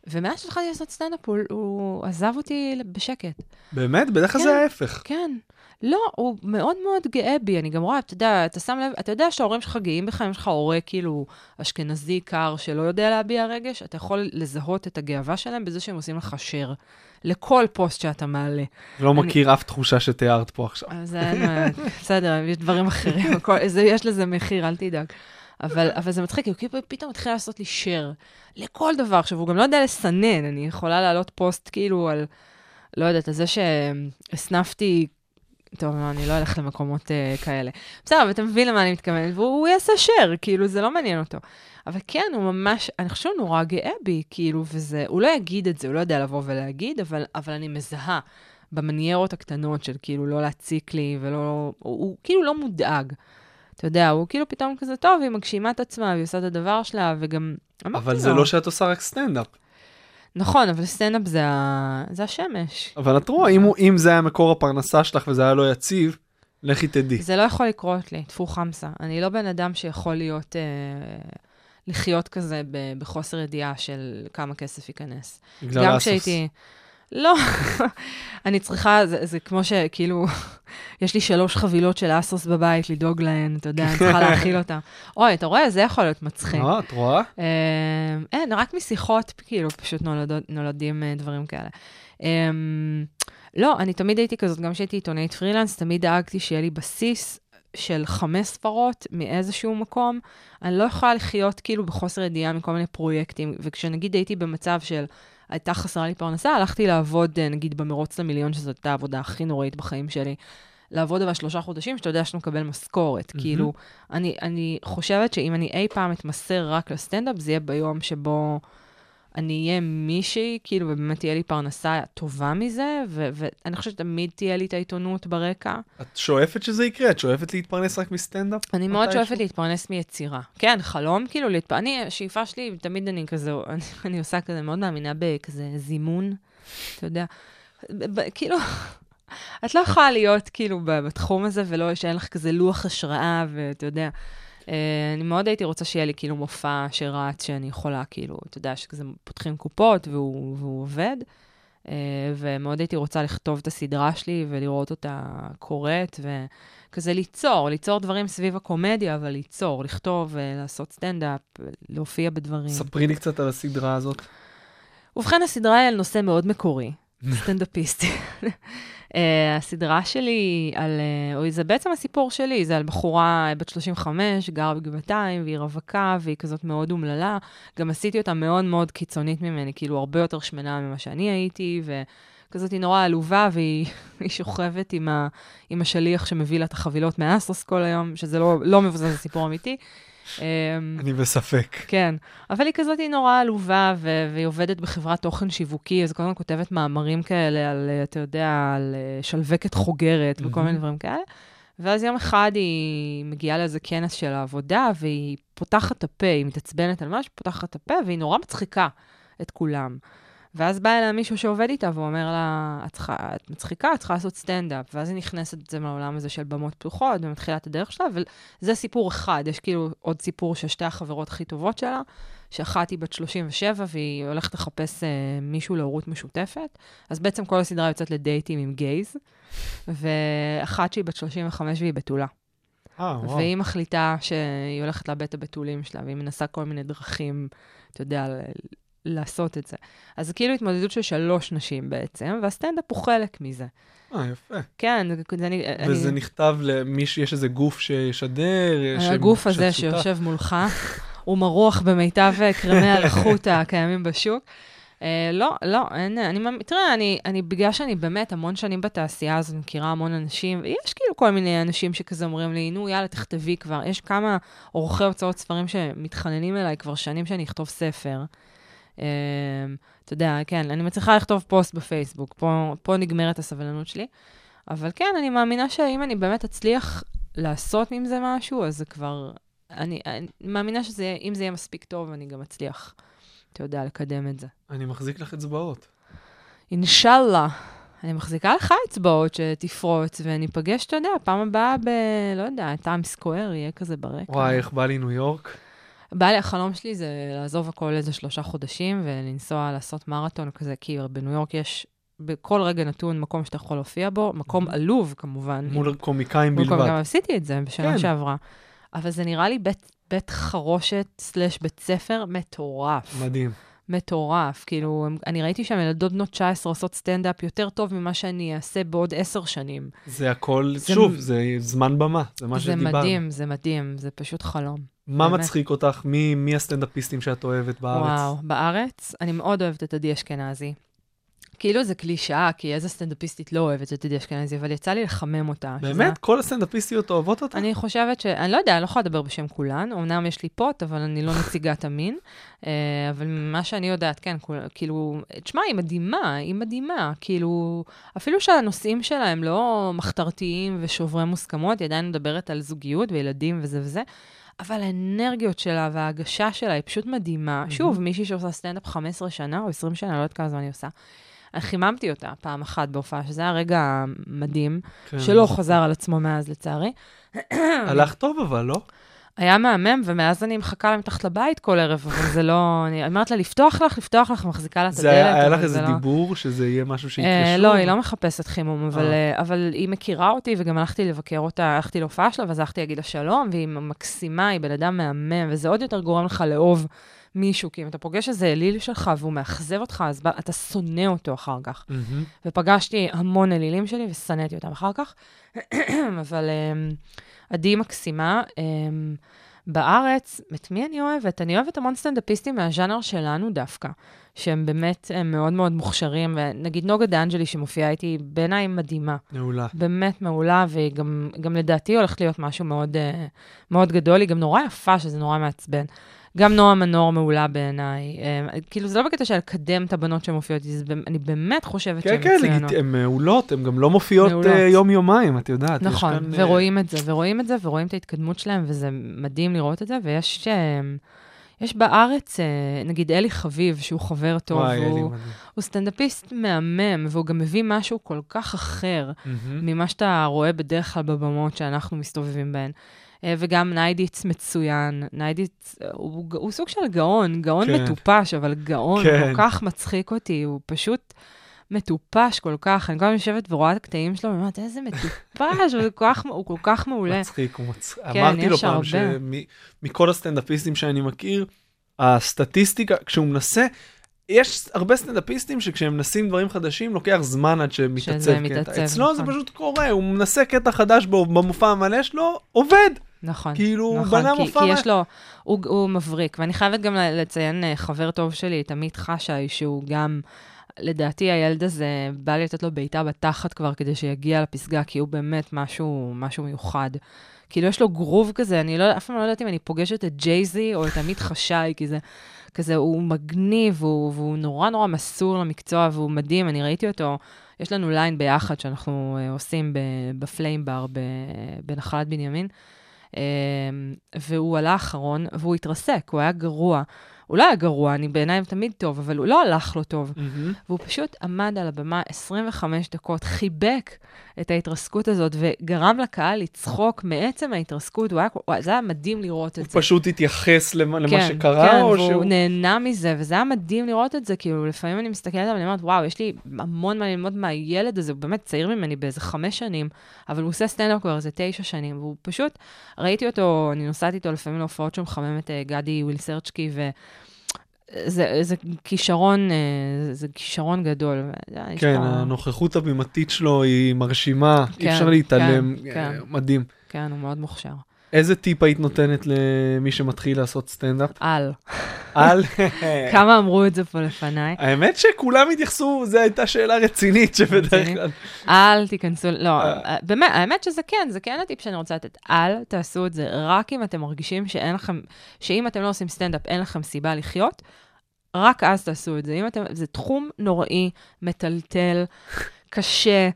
ומאז שהתחלתי לעשות סטנדאפ, הוא, הוא עזב אותי בשקט. באמת? בדרך כלל כן. זה ההפך. כן. לא, הוא מאוד מאוד גאה בי, אני גם רואה, אתה יודע, אתה שם לב, אתה יודע שההורים שלך גאים בך, אם יש לך הורה כאילו אשכנזי קר שלא יודע להביע רגש, אתה יכול לזהות את הגאווה שלהם בזה שהם עושים לך share לכל פוסט שאתה מעלה. לא מכיר אף תחושה שתיארת פה עכשיו. אז אין, בסדר, יש דברים אחרים, יש לזה מחיר, אל תדאג. אבל, אבל זה מצחיק, כי הוא פתאום מתחיל לעשות לי share לכל דבר. עכשיו, הוא גם לא יודע לסנן, אני יכולה להעלות פוסט כאילו על, לא יודעת, על זה שהסנפתי, טוב, לא, אני לא אלך למקומות uh, כאלה. בסדר, אבל אתה מבין למה אני מתכוונת, והוא יעשה share, כאילו, זה לא מעניין אותו. אבל כן, הוא ממש, אני חושב שהוא נורא גאה בי, כאילו, וזה, הוא לא יגיד את זה, הוא לא יודע לבוא ולהגיד, אבל, אבל אני מזהה במניירות הקטנות של כאילו לא להציק לי, ולא, הוא, הוא כאילו לא מודאג. אתה יודע, הוא כאילו פתאום כזה טוב, היא מגשימה את עצמה, והיא עושה את הדבר שלה, וגם... אבל זה לא שאת עושה רק סטנדאפ. נכון, אבל סטנדאפ זה, ה... זה השמש. אבל את רואה, אם, אם זה היה מקור הפרנסה שלך וזה היה לא יציב, לכי תדעי. זה לא יכול לקרות לי, תפו חמסה. אני לא בן אדם שיכול להיות, אה, לחיות כזה ב- בחוסר ידיעה של כמה כסף ייכנס. בגלל גם אסוס. כשהייתי... לא, אני צריכה, זה, זה כמו שכאילו, יש לי שלוש חבילות של אסוס בבית, לדאוג להן, אתה יודע, אני צריכה להאכיל אותם. אוי, אתה רואה? זה יכול להיות מצחיק. אה, את רואה? אה, אין, רק משיחות, כאילו, פשוט נולדות, נולדים אה, דברים כאלה. אה, לא, אני תמיד הייתי כזאת, גם כשהייתי עיתונאית פרילנס, תמיד דאגתי שיהיה לי בסיס של חמש ספרות מאיזשהו מקום. אני לא יכולה לחיות כאילו בחוסר ידיעה מכל מיני פרויקטים, וכשנגיד הייתי במצב של... הייתה חסרה לי פרנסה, הלכתי לעבוד, נגיד, במרוץ למיליון, שזאת הייתה העבודה הכי נוראית בחיים שלי, לעבוד אבל שלושה חודשים, שאתה יודע שאני מקבל משכורת. Mm-hmm. כאילו, אני, אני חושבת שאם אני אי פעם אתמסר רק לסטנדאפ, זה יהיה ביום שבו אני אהיה מישהי, כאילו, ובאמת תהיה לי פרנסה טובה מזה, ו- ואני חושבת שתמיד תהיה לי את העיתונות ברקע. את שואפת שזה יקרה? את שואפת להתפרנס רק מסטנדאפ? אני מאוד שואפת להתפרנס מיצירה. כן, חלום, כאילו, להתפרנס. אני, השאיפה שלי, תמיד אני כזה, אני, אני עושה כזה, מאוד מאמינה בכזה זימון, אתה יודע, ב- ב- כאילו, את לא יכולה להיות, כאילו, בתחום הזה, ולא שאין לך כזה לוח השראה, ואתה יודע, אני מאוד הייתי רוצה שיהיה לי כאילו מופע שרץ, שאני יכולה כאילו, אתה יודע, שכזה פותחים קופות והוא, והוא עובד, ומאוד הייתי רוצה לכתוב את הסדרה שלי ולראות אותה קורית, וכזה ליצור, ליצור דברים סביב הקומדיה, אבל ליצור, לכתוב, לעשות סטנדאפ, להופיע בדברים. ספרי לי קצת על הסדרה הזאת. ובכן, הסדרה היא על נושא מאוד מקורי, סטנדאפיסטי. Uh, הסדרה שלי, על, uh, זה בעצם הסיפור שלי, זה על בחורה בת שלושים וחמש, גרה בגבעתיים, והיא רווקה, והיא כזאת מאוד אומללה. גם עשיתי אותה מאוד מאוד קיצונית ממני, כאילו הרבה יותר שמנה ממה שאני הייתי, וכזאת היא נורא עלובה, והיא שוכבת עם, ה, עם השליח שמביא לה את החבילות מאסוס כל היום, שזה לא, לא מבוסס על סיפור אמיתי. אני בספק. כן, אבל היא כזאת היא נורא עלובה, והיא עובדת בחברת תוכן שיווקי, אז קודם כותבת מאמרים כאלה על, אתה יודע, על שלווקת חוגרת וכל מיני דברים כאלה. ואז יום אחד היא מגיעה לאיזה כנס של העבודה, והיא פותחת את הפה, היא מתעצבנת על משהו, פותחת את הפה, והיא נורא מצחיקה את כולם. ואז בא אליה מישהו שעובד איתה, והוא אומר לה, את, צריכה, את מצחיקה, את צריכה לעשות סטנדאפ. ואז היא נכנסת את זה מהעולם הזה של במות פתוחות, ומתחילה את הדרך שלה, וזה סיפור אחד. יש כאילו עוד סיפור של שתי החברות הכי טובות שלה, שאחת היא בת שלושים ושבע, והיא הולכת לחפש אה, מישהו להורות משותפת. אז בעצם כל הסדרה יוצאת לדייטים עם גייז, ואחת שהיא בת שלושים וחמש והיא בתולה. אה, וואו. והיא מחליטה שהיא הולכת לאבד את הבתולים שלה, והיא מנסה כל מיני דרכים, אתה יודע, לעשות את זה. אז זה כאילו התמודדות של שלוש נשים בעצם, והסטנדאפ הוא חלק מזה. אה, יפה. כן, זה אני... וזה אני... נכתב למי שיש איזה גוף שישדר... הגוף הזה שיושב מולך, הוא מרוח במיטב קרמי הלחות הקיימים בשוק. אה, לא, לא, אין, אני, תראה, אני, אני, בגלל שאני באמת המון שנים בתעשייה, אז אני מכירה המון אנשים, ויש כאילו כל מיני אנשים שכזה אומרים לי, נו, יאללה, תכתבי כבר. יש כמה עורכי הוצאות ספרים שמתחננים אליי כבר שנים שאני אכתוב ספר. אתה יודע, כן, אני מצליחה לכתוב פוסט בפייסבוק, פה, פה נגמרת הסבלנות שלי, אבל כן, אני מאמינה שאם אני באמת אצליח לעשות עם זה משהו, אז זה כבר, אני, אני מאמינה שאם זה יהיה מספיק טוב, אני גם אצליח, אתה יודע, לקדם את זה. אני מחזיק לך אצבעות. אינשאללה. אני מחזיקה לך אצבעות שתפרוץ, וניפגש, אתה יודע, פעם הבאה ב, לא יודע, טיים סקוואר יהיה כזה ברקע. וואי, איך בא לי ניו יורק? בא לי, החלום שלי זה לעזוב הכל איזה שלושה חודשים, ולנסוע לעשות מרתון כזה, כי בניו יורק יש בכל רגע נתון מקום שאתה יכול להופיע בו, מקום עלוב כמובן. מול קומיקאים מול בלבד. קומיקאים, עשיתי את זה בשנה כן. שעברה. אבל זה נראה לי בית, בית חרושת סלש בית ספר מטורף. מדהים. מטורף. כאילו, אני ראיתי שם ילדות בנות תשע עשרה עושות סטנדאפ יותר טוב ממה שאני אעשה בעוד עשר שנים. זה הכל, זה שוב, מ... זה זמן במה, זה מה זה שדיברנו. מדהים, זה מדהים, זה פשוט חלום. מה באמת. מצחיק אותך? מי, מי הסטנדאפיסטים שאת אוהבת בארץ? וואו, בארץ? אני מאוד אוהבת את עדי אשכנזי. כאילו זה קלישאה, כי איזה סטנדאפיסטית לא אוהבת את עדי אשכנזי, אבל יצא לי לחמם אותה. באמת? שזה... כל הסטנדאפיסטיות אוהבות אותה? אני חושבת ש... אני לא יודע, אני לא יכולה לדבר בשם כולן, אמנם יש לי פוט, אבל אני לא נציגת המין. אבל מה שאני יודעת, כן, כאילו, תשמע, היא מדהימה, היא מדהימה. כאילו, אפילו שהנושאים שלה הם לא מחתרתיים ושוברי מוסכמות, היא עדיין מדברת על זוגיות וילדים וזה וזה, אבל האנרגיות שלה וההגשה שלה היא פשוט מדהימה. שוב, מישהי שעושה סטנדאפ חמש עשרה שנה או עשרים שנה, לא יודעת כמה זמן אני עושה. חיממתי אותה פעם אחת בהופעה, שזה היה רגע מדהים, כן, שלא חזר על עצמו מאז, לצערי. הלך טוב אבל, לא? היה מהמם, ומאז אני מחכה לה מתחת לבית כל ערב, אבל זה לא... אני אומרת לה, לפתוח לך, לפתוח לך, מחזיקה לה את הדלת. זה היה לך איזה לא... דיבור, שזה יהיה משהו שיקרשו? אה, לא, היא לא מחפשת חימום, אבל, אה. אבל היא מכירה אותי, וגם הלכתי לבקר אותה, הלכתי להופעה שלה, ואז הלכתי להגיד לה שלום, והיא מקסימה, היא בן אדם מהמם, וזה עוד יותר גורם לך לאהוב מישהו, כי אם אתה פוגש איזה אליל שלך, והוא מאכזב אותך, אז אתה שונא אותו אחר כך. Mm-hmm. ופגשתי המון אלילים שלי, ושנאתי אותם אחר כך. אבל אה, עדי מקסימה, אה, בארץ, את מי אני אוהבת? אני אוהבת המון סטנדאפיסטים מהז'אנר שלנו דווקא, שהם באמת הם מאוד מאוד מוכשרים, ונגיד נוגה דאנג'לי שמופיעה איתי בעיניי מדהימה. מעולה. באמת מעולה, וגם גם לדעתי הולכת להיות משהו מאוד, מאוד גדול, היא גם נורא יפה, שזה נורא מעצבן. גם נועה מנור מעולה בעיניי. כאילו, זה לא בקטע של לקדם את הבנות שמופיעות, אני באמת חושבת שהן מצוינות. כן, הן מעולות, הן גם לא מופיעות יום-יומיים, את יודעת. נכון, ורואים את זה, ורואים את זה, ורואים את ההתקדמות שלהם, וזה מדהים לראות את זה, ויש יש בארץ, נגיד אלי חביב, שהוא חבר טוב, הוא סטנדאפיסט מהמם, והוא גם מביא משהו כל כך אחר, ממה שאתה רואה בדרך כלל בבמות שאנחנו מסתובבים בהן. וגם ניידיץ מצוין. ניידיץ, הוא, הוא סוג של גאון, גאון כן. מטופש, אבל גאון, כן. כל כך מצחיק אותי, הוא פשוט מטופש כל כך. אני כל כך יושבת ורואה את הקטעים שלו, ואומרת, איזה מטופש, הוא, כל כך, הוא כל כך מעולה. מצחיק, הוא מצחיק. כן, אמרתי לו פעם שמכל הסטנדאפיסטים שאני מכיר, הסטטיסטיקה, כשהוא מנסה, יש הרבה סטנדאפיסטים שכשהם מנסים דברים חדשים, לוקח זמן עד שמתעצב קטע. אצלו זה פשוט קורה, הוא מנסה קטע חדש במופע המלא שלו, עובד. נכון. כאילו, נכון, בנה כי, מופע... כי יש לו, הוא, הוא מבריק, ואני חייבת גם לציין חבר טוב שלי, את עמית חשאי, שהוא גם, לדעתי הילד הזה, בא לי לתת לו בעיטה בתחת כבר, כדי שיגיע לפסגה, כי הוא באמת משהו, משהו מיוחד. כאילו, יש לו גרוב כזה, אני לא, אף פעם לא יודעת אם אני פוגשת את ג'ייזי, או את עמית חשאי, כי זה... כזה, הוא מגניב, והוא, והוא נורא נורא מסור למקצוע, והוא מדהים. אני ראיתי אותו, יש לנו ליין ביחד שאנחנו uh, עושים בפליים בר בנחלת בנימין, uh, והוא עלה אחרון, והוא התרסק, הוא היה גרוע. הוא לא היה גרוע, אני בעיניים תמיד טוב, אבל הוא לא הלך לו טוב. Mm-hmm. והוא פשוט עמד על הבמה עשרים וחמש דקות, חיבק את ההתרסקות הזאת, וגרם לקהל לצחוק מעצם ההתרסקות. הוא היה, זה היה מדהים לראות את הוא זה. הוא פשוט התייחס למה, כן, למה שקרה? כן, או והוא שהוא... נהנה מזה, וזה היה מדהים לראות את זה, כאילו לפעמים אני מסתכלת עליו, ואני אומרת, וואו, יש לי המון מה ללמוד מהילד הזה, הוא באמת צעיר ממני באיזה חמש שנים, אבל הוא עושה סטנדאפ כבר איזה תשע שנים, והוא פשוט, ראיתי אותו, אני נוסעת איתו לפעמים להופעות שהוא מחמם את גדי ווילסרצ'קי, ו... זה, זה כישרון, זה כישרון גדול. כן, הנוכחות הבימתית שלו היא מרשימה, אי אפשר להתעלם, מדהים. כן, הוא מאוד מוכשר. איזה טיפ היית נותנת למי שמתחיל לעשות סטנדאפ? על. על? כמה אמרו את זה פה לפניי? האמת שכולם התייחסו, זו הייתה שאלה רצינית שבדרך כלל. אל תיכנסו, לא, באמת, האמת שזה כן, זה כן הטיפ שאני רוצה לתת. אל תעשו את זה, רק אם אתם מרגישים שאין לכם, שאם אתם לא עושים סטנדאפ, אין לכם סיבה לחיות, רק אז תעשו את זה. אם אתם, זה תחום נוראי, מטלטל, קשה,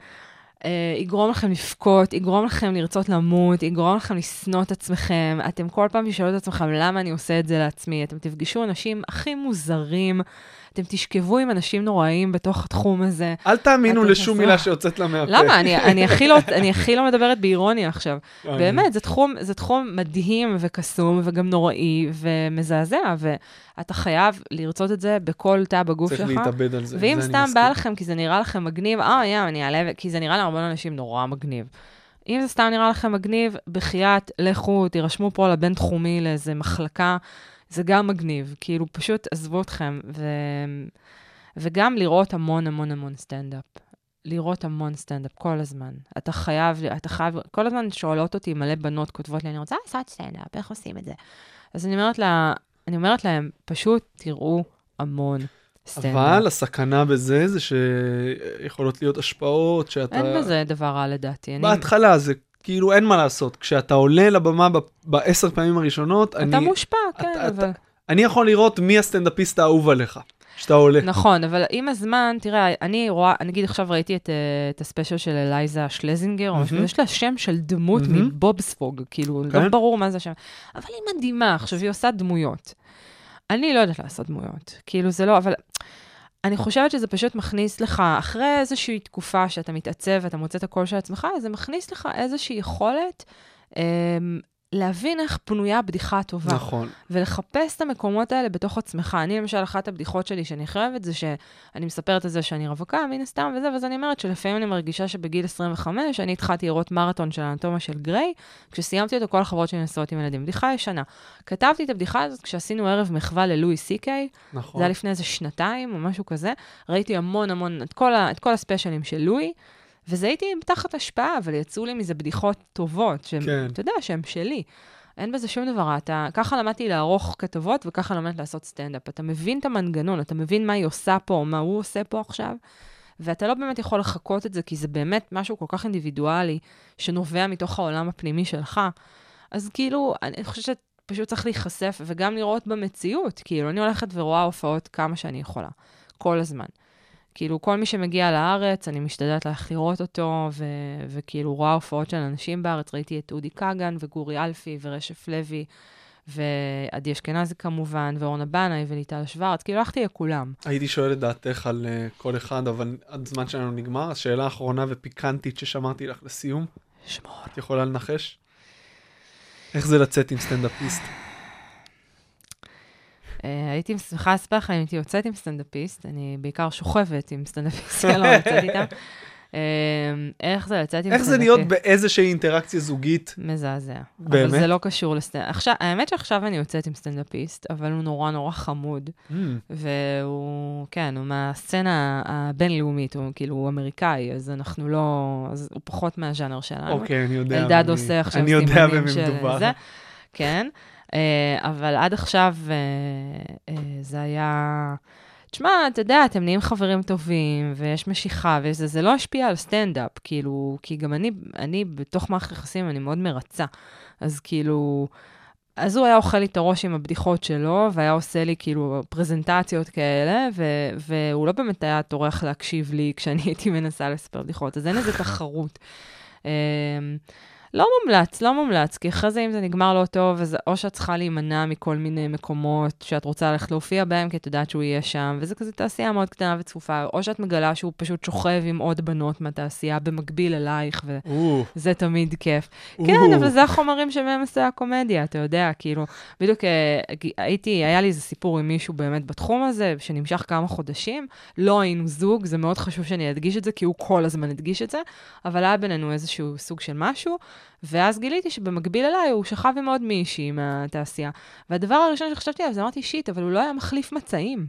יגרום לכם לפקות, יגרום לכם לרצות למות, יגרום לכם לשנוא את עצמכם, אתם כל פעם תשאלו את עצמכם למה אני עושה את זה לעצמי, אתם תפגשו אנשים הכי מוזרים, אתם תשכבו עם אנשים נוראים בתוך התחום הזה. אל תאמינו אתם לשום תעשו- מילה שיוצאת לה מהפה. למה? אני, אני, הכי לא, אני הכי לא מדברת באירוניה עכשיו. באמת, זה תחום, זה תחום מדהים וקסום וגם נוראי ומזעזע, ואתה חייב לרצות את זה בכל תא בגוף צריך שלך. להתאבד על זה. ואם זה אני סתם מסכים. בא לכם כי זה נראה לכם מגניב, אה, יא, אני אעלה, כי זה נראה להרבה אנשים נורא מגניב. אם זה סתם נראה לכם מגניב, בחייאת, לכו, תירשמו פה לבן תחומי לאיזה מחלקה, זה גם מגניב. כאילו, פשוט עזבו אתכם, ו... וגם לראות המון המון המון סטנדאפ. לראות המון סטנדאפ כל הזמן. אתה חייב, אתה חייב, כל הזמן שואלות אותי, מלא בנות כותבות לי, אני רוצה לעשות סטנדאפ, איך עושים את זה? אז אני אומרת לה, אני אומרת להם, פשוט תראו המון סטנדאפ. אבל הסכנה בזה זה שיכולות להיות השפעות שאתה... אין בזה דבר רע לדעתי. אני- בהתחלה זה כאילו אין מה לעשות. כשאתה עולה לבמה ב- בעשר פעמים הראשונות, אתה אני... מושפע, כן, אתה- אבל... אני יכול לראות מי הסטנדאפיסט האהוב עליך, שאתה עולה. נכון, אבל עם הזמן, תראה, אני רואה, אני אגיד עכשיו ראיתי את, אה, את הספיישל של אלייזה שלזינגר, או משהו כזה, יש לה שם של דמות מהמם. מבובספוג, כאילו, כן. לא ברור מה זה השם. אבל היא מדהימה, עכשיו היא עושה דמויות. אני לא יודעת לעשות דמויות, כאילו זה לא, אבל אני חושבת שזה פשוט מכניס לך, אחרי איזושהי תקופה שאתה מתעצב ואתה מוצא את הקול של עצמך, זה מכניס לך איזושהי יכולת אה, להבין איך פנויה בדיחה טובה. נכון. ולחפש את המקומות האלה בתוך עצמך. אני, למשל, אחת הבדיחות שלי שאני חייבת, זה שאני מספרת את זה שאני רווקה, מן הסתם וזה, ואז אני אומרת שלפעמים אני מרגישה שבגיל עשרים וחמש, אני התחלתי לראות מרתון של האנטומיה של גריי, כשסיימתי אותו, כל החברות שלי נסעות עם ילדים. בדיחה ישנה. כתבתי את הבדיחה הזאת כשעשינו ערב מחווה ללואי סי קיי, נכון. זה היה לפני איזה שנתיים או משהו כזה, ראיתי המון המון, את כל, ה, את כל הספיישלים של לואי, וזה הייתי תחת השפעה, אבל יצאו לי מזה בדיחות טובות, שהן, כן. אתה יודע, שהן שלי. אין בזה שום דבר, אתה, ככה למדתי לערוך כתבות, וככה למדתי לעשות סטנדאפ. אתה מבין את המנגנון, אתה מבין מה היא עושה פה, או מה הוא עושה פה עכשיו, ואתה לא באמת יכול לחכות את זה, כי זה באמת משהו כל כך אינדיבידואלי, שנובע מתוך העולם הפנימי שלך. אז כאילו, אני חושבת שפשוט צריך להיחשף, וגם לראות במציאות, כאילו, אני הולכת ורואה הופעות כמה שאני יכולה, כל הזמן. כאילו, כל מי שמגיע לארץ, אני משתדלת ללכת לראות אותו, ו- וכאילו רואה הופעות של אנשים בארץ, ראיתי את אודי קגן, וגורי אלפי, ורשף לוי, ועדי אשכנזי כמובן, ואורנה בנאי, וליטל שוורץ, כאילו הלכתי לכולם. הייתי שואל את דעתך על uh, כל אחד, אבל הזמן שלנו נגמר. השאלה האחרונה ופיקנטית ששמרתי לך לסיום, שמור. את יכולה לנחש? איך זה לצאת עם סטנדאפיסט? Uh, הייתי שמחה לספר לך אם הייתי יוצאת עם סטנדאפיסט, אני בעיקר שוכבת עם סטנדאפיסט, לא יוצאת איתם. Uh, איך זה לצאת עם איך זה להיות באיזושהי אינטראקציה זוגית? מזעזע. באמת? אבל זה לא קשור לסטנדאפיסט. עכשיו, האמת שעכשיו אני יוצאת עם סטנדאפיסט, אבל הוא נורא נורא חמוד, Mm, והוא, כן, הוא מהסצנה הבינלאומית, הוא כאילו הוא אמריקאי, אז אנחנו לא, אז הוא פחות מהז'אנר שלנו. אוקיי, אני יודע. אלדד במי- עושה עכשיו אני יודע סימנים במי של מדובר. זה. כן, אה, אבל עד עכשיו אה, אה, זה היה... תשמע, אתה יודע, אתם נהיים חברים טובים, ויש משיכה, וזה זה לא השפיע על סטנדאפ, כאילו, כי גם אני, אני בתוך מערכת יחסים, אני מאוד מרצה. אז כאילו, אז הוא היה אוכל לי את הראש עם הבדיחות שלו, והיה עושה לי כאילו פרזנטציות כאלה, ו- והוא לא באמת היה טורח להקשיב לי כשאני הייתי מנסה לספר בדיחות, אז אין איזה תחרות. אה, לא מומלץ, לא מומלץ, כי אחרי זה אם זה נגמר לא טוב, אז או שאת צריכה להימנע מכל מיני מקומות שאת רוצה ללכת להופיע בהם, כי את יודעת שהוא יהיה שם, וזה כזה תעשייה מאוד קטנה וצפופה, או שאת מגלה שהוא פשוט שוכב עם עוד בנות מהתעשייה במקביל אלייך, או, וזה תמיד כיף. או. כן, אבל זה החומרים שמהם עושה הקומדיה, אתה יודע, כאילו, בדיוק אה, הייתי, היה לי איזה סיפור עם מישהו באמת בתחום הזה, שנמשך כמה חודשים, לא היינו זוג, זה מאוד חשוב שאני אדגיש את זה, כי הוא כל הזמן הדגיש את זה, אבל היה בינינו איזשהו סוג של משהו, ואז גיליתי שבמקביל אליי הוא שכב עם עוד מישהי מהתעשייה. והדבר הראשון שחשבתי עליו, זה אמרתי שיט, אבל הוא לא היה מחליף מצעים.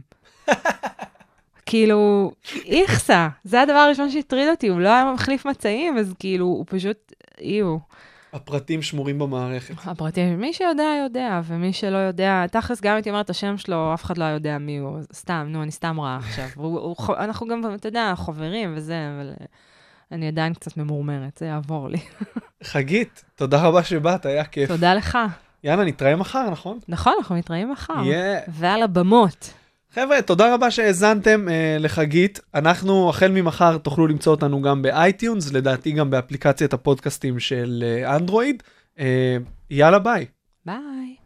כאילו, איכסה, זה הדבר הראשון שהטריד אותי, הוא לא היה מחליף מצעים, אז כאילו, הוא פשוט, איו. הפרטים שמורים במערכת. הפרטים, מי שיודע, יודע, ומי שלא יודע, תכלס גם הייתי אומרת את השם שלו, אף אחד לא יודע מי הוא, סתם, נו, אני סתם רעה עכשיו. הוא, הוא, אנחנו גם, אתה יודע, חברים וזה, אבל אני עדיין קצת ממורמרת, זה יעבור לי. חגית, תודה רבה שבאת, היה כיף. תודה לך. יאללה, נתראה מחר, נכון? נכון, אנחנו מתראים מחר. Yeah. ועל הבמות. חבר'ה, תודה רבה שהאזנתם אה, לחגית. אנחנו, החל ממחר, תוכלו למצוא אותנו גם באייטיונס, לדעתי גם באפליקציית הפודקאסטים של אה, אנדרואיד. אה, יאללה, ביי. ביי.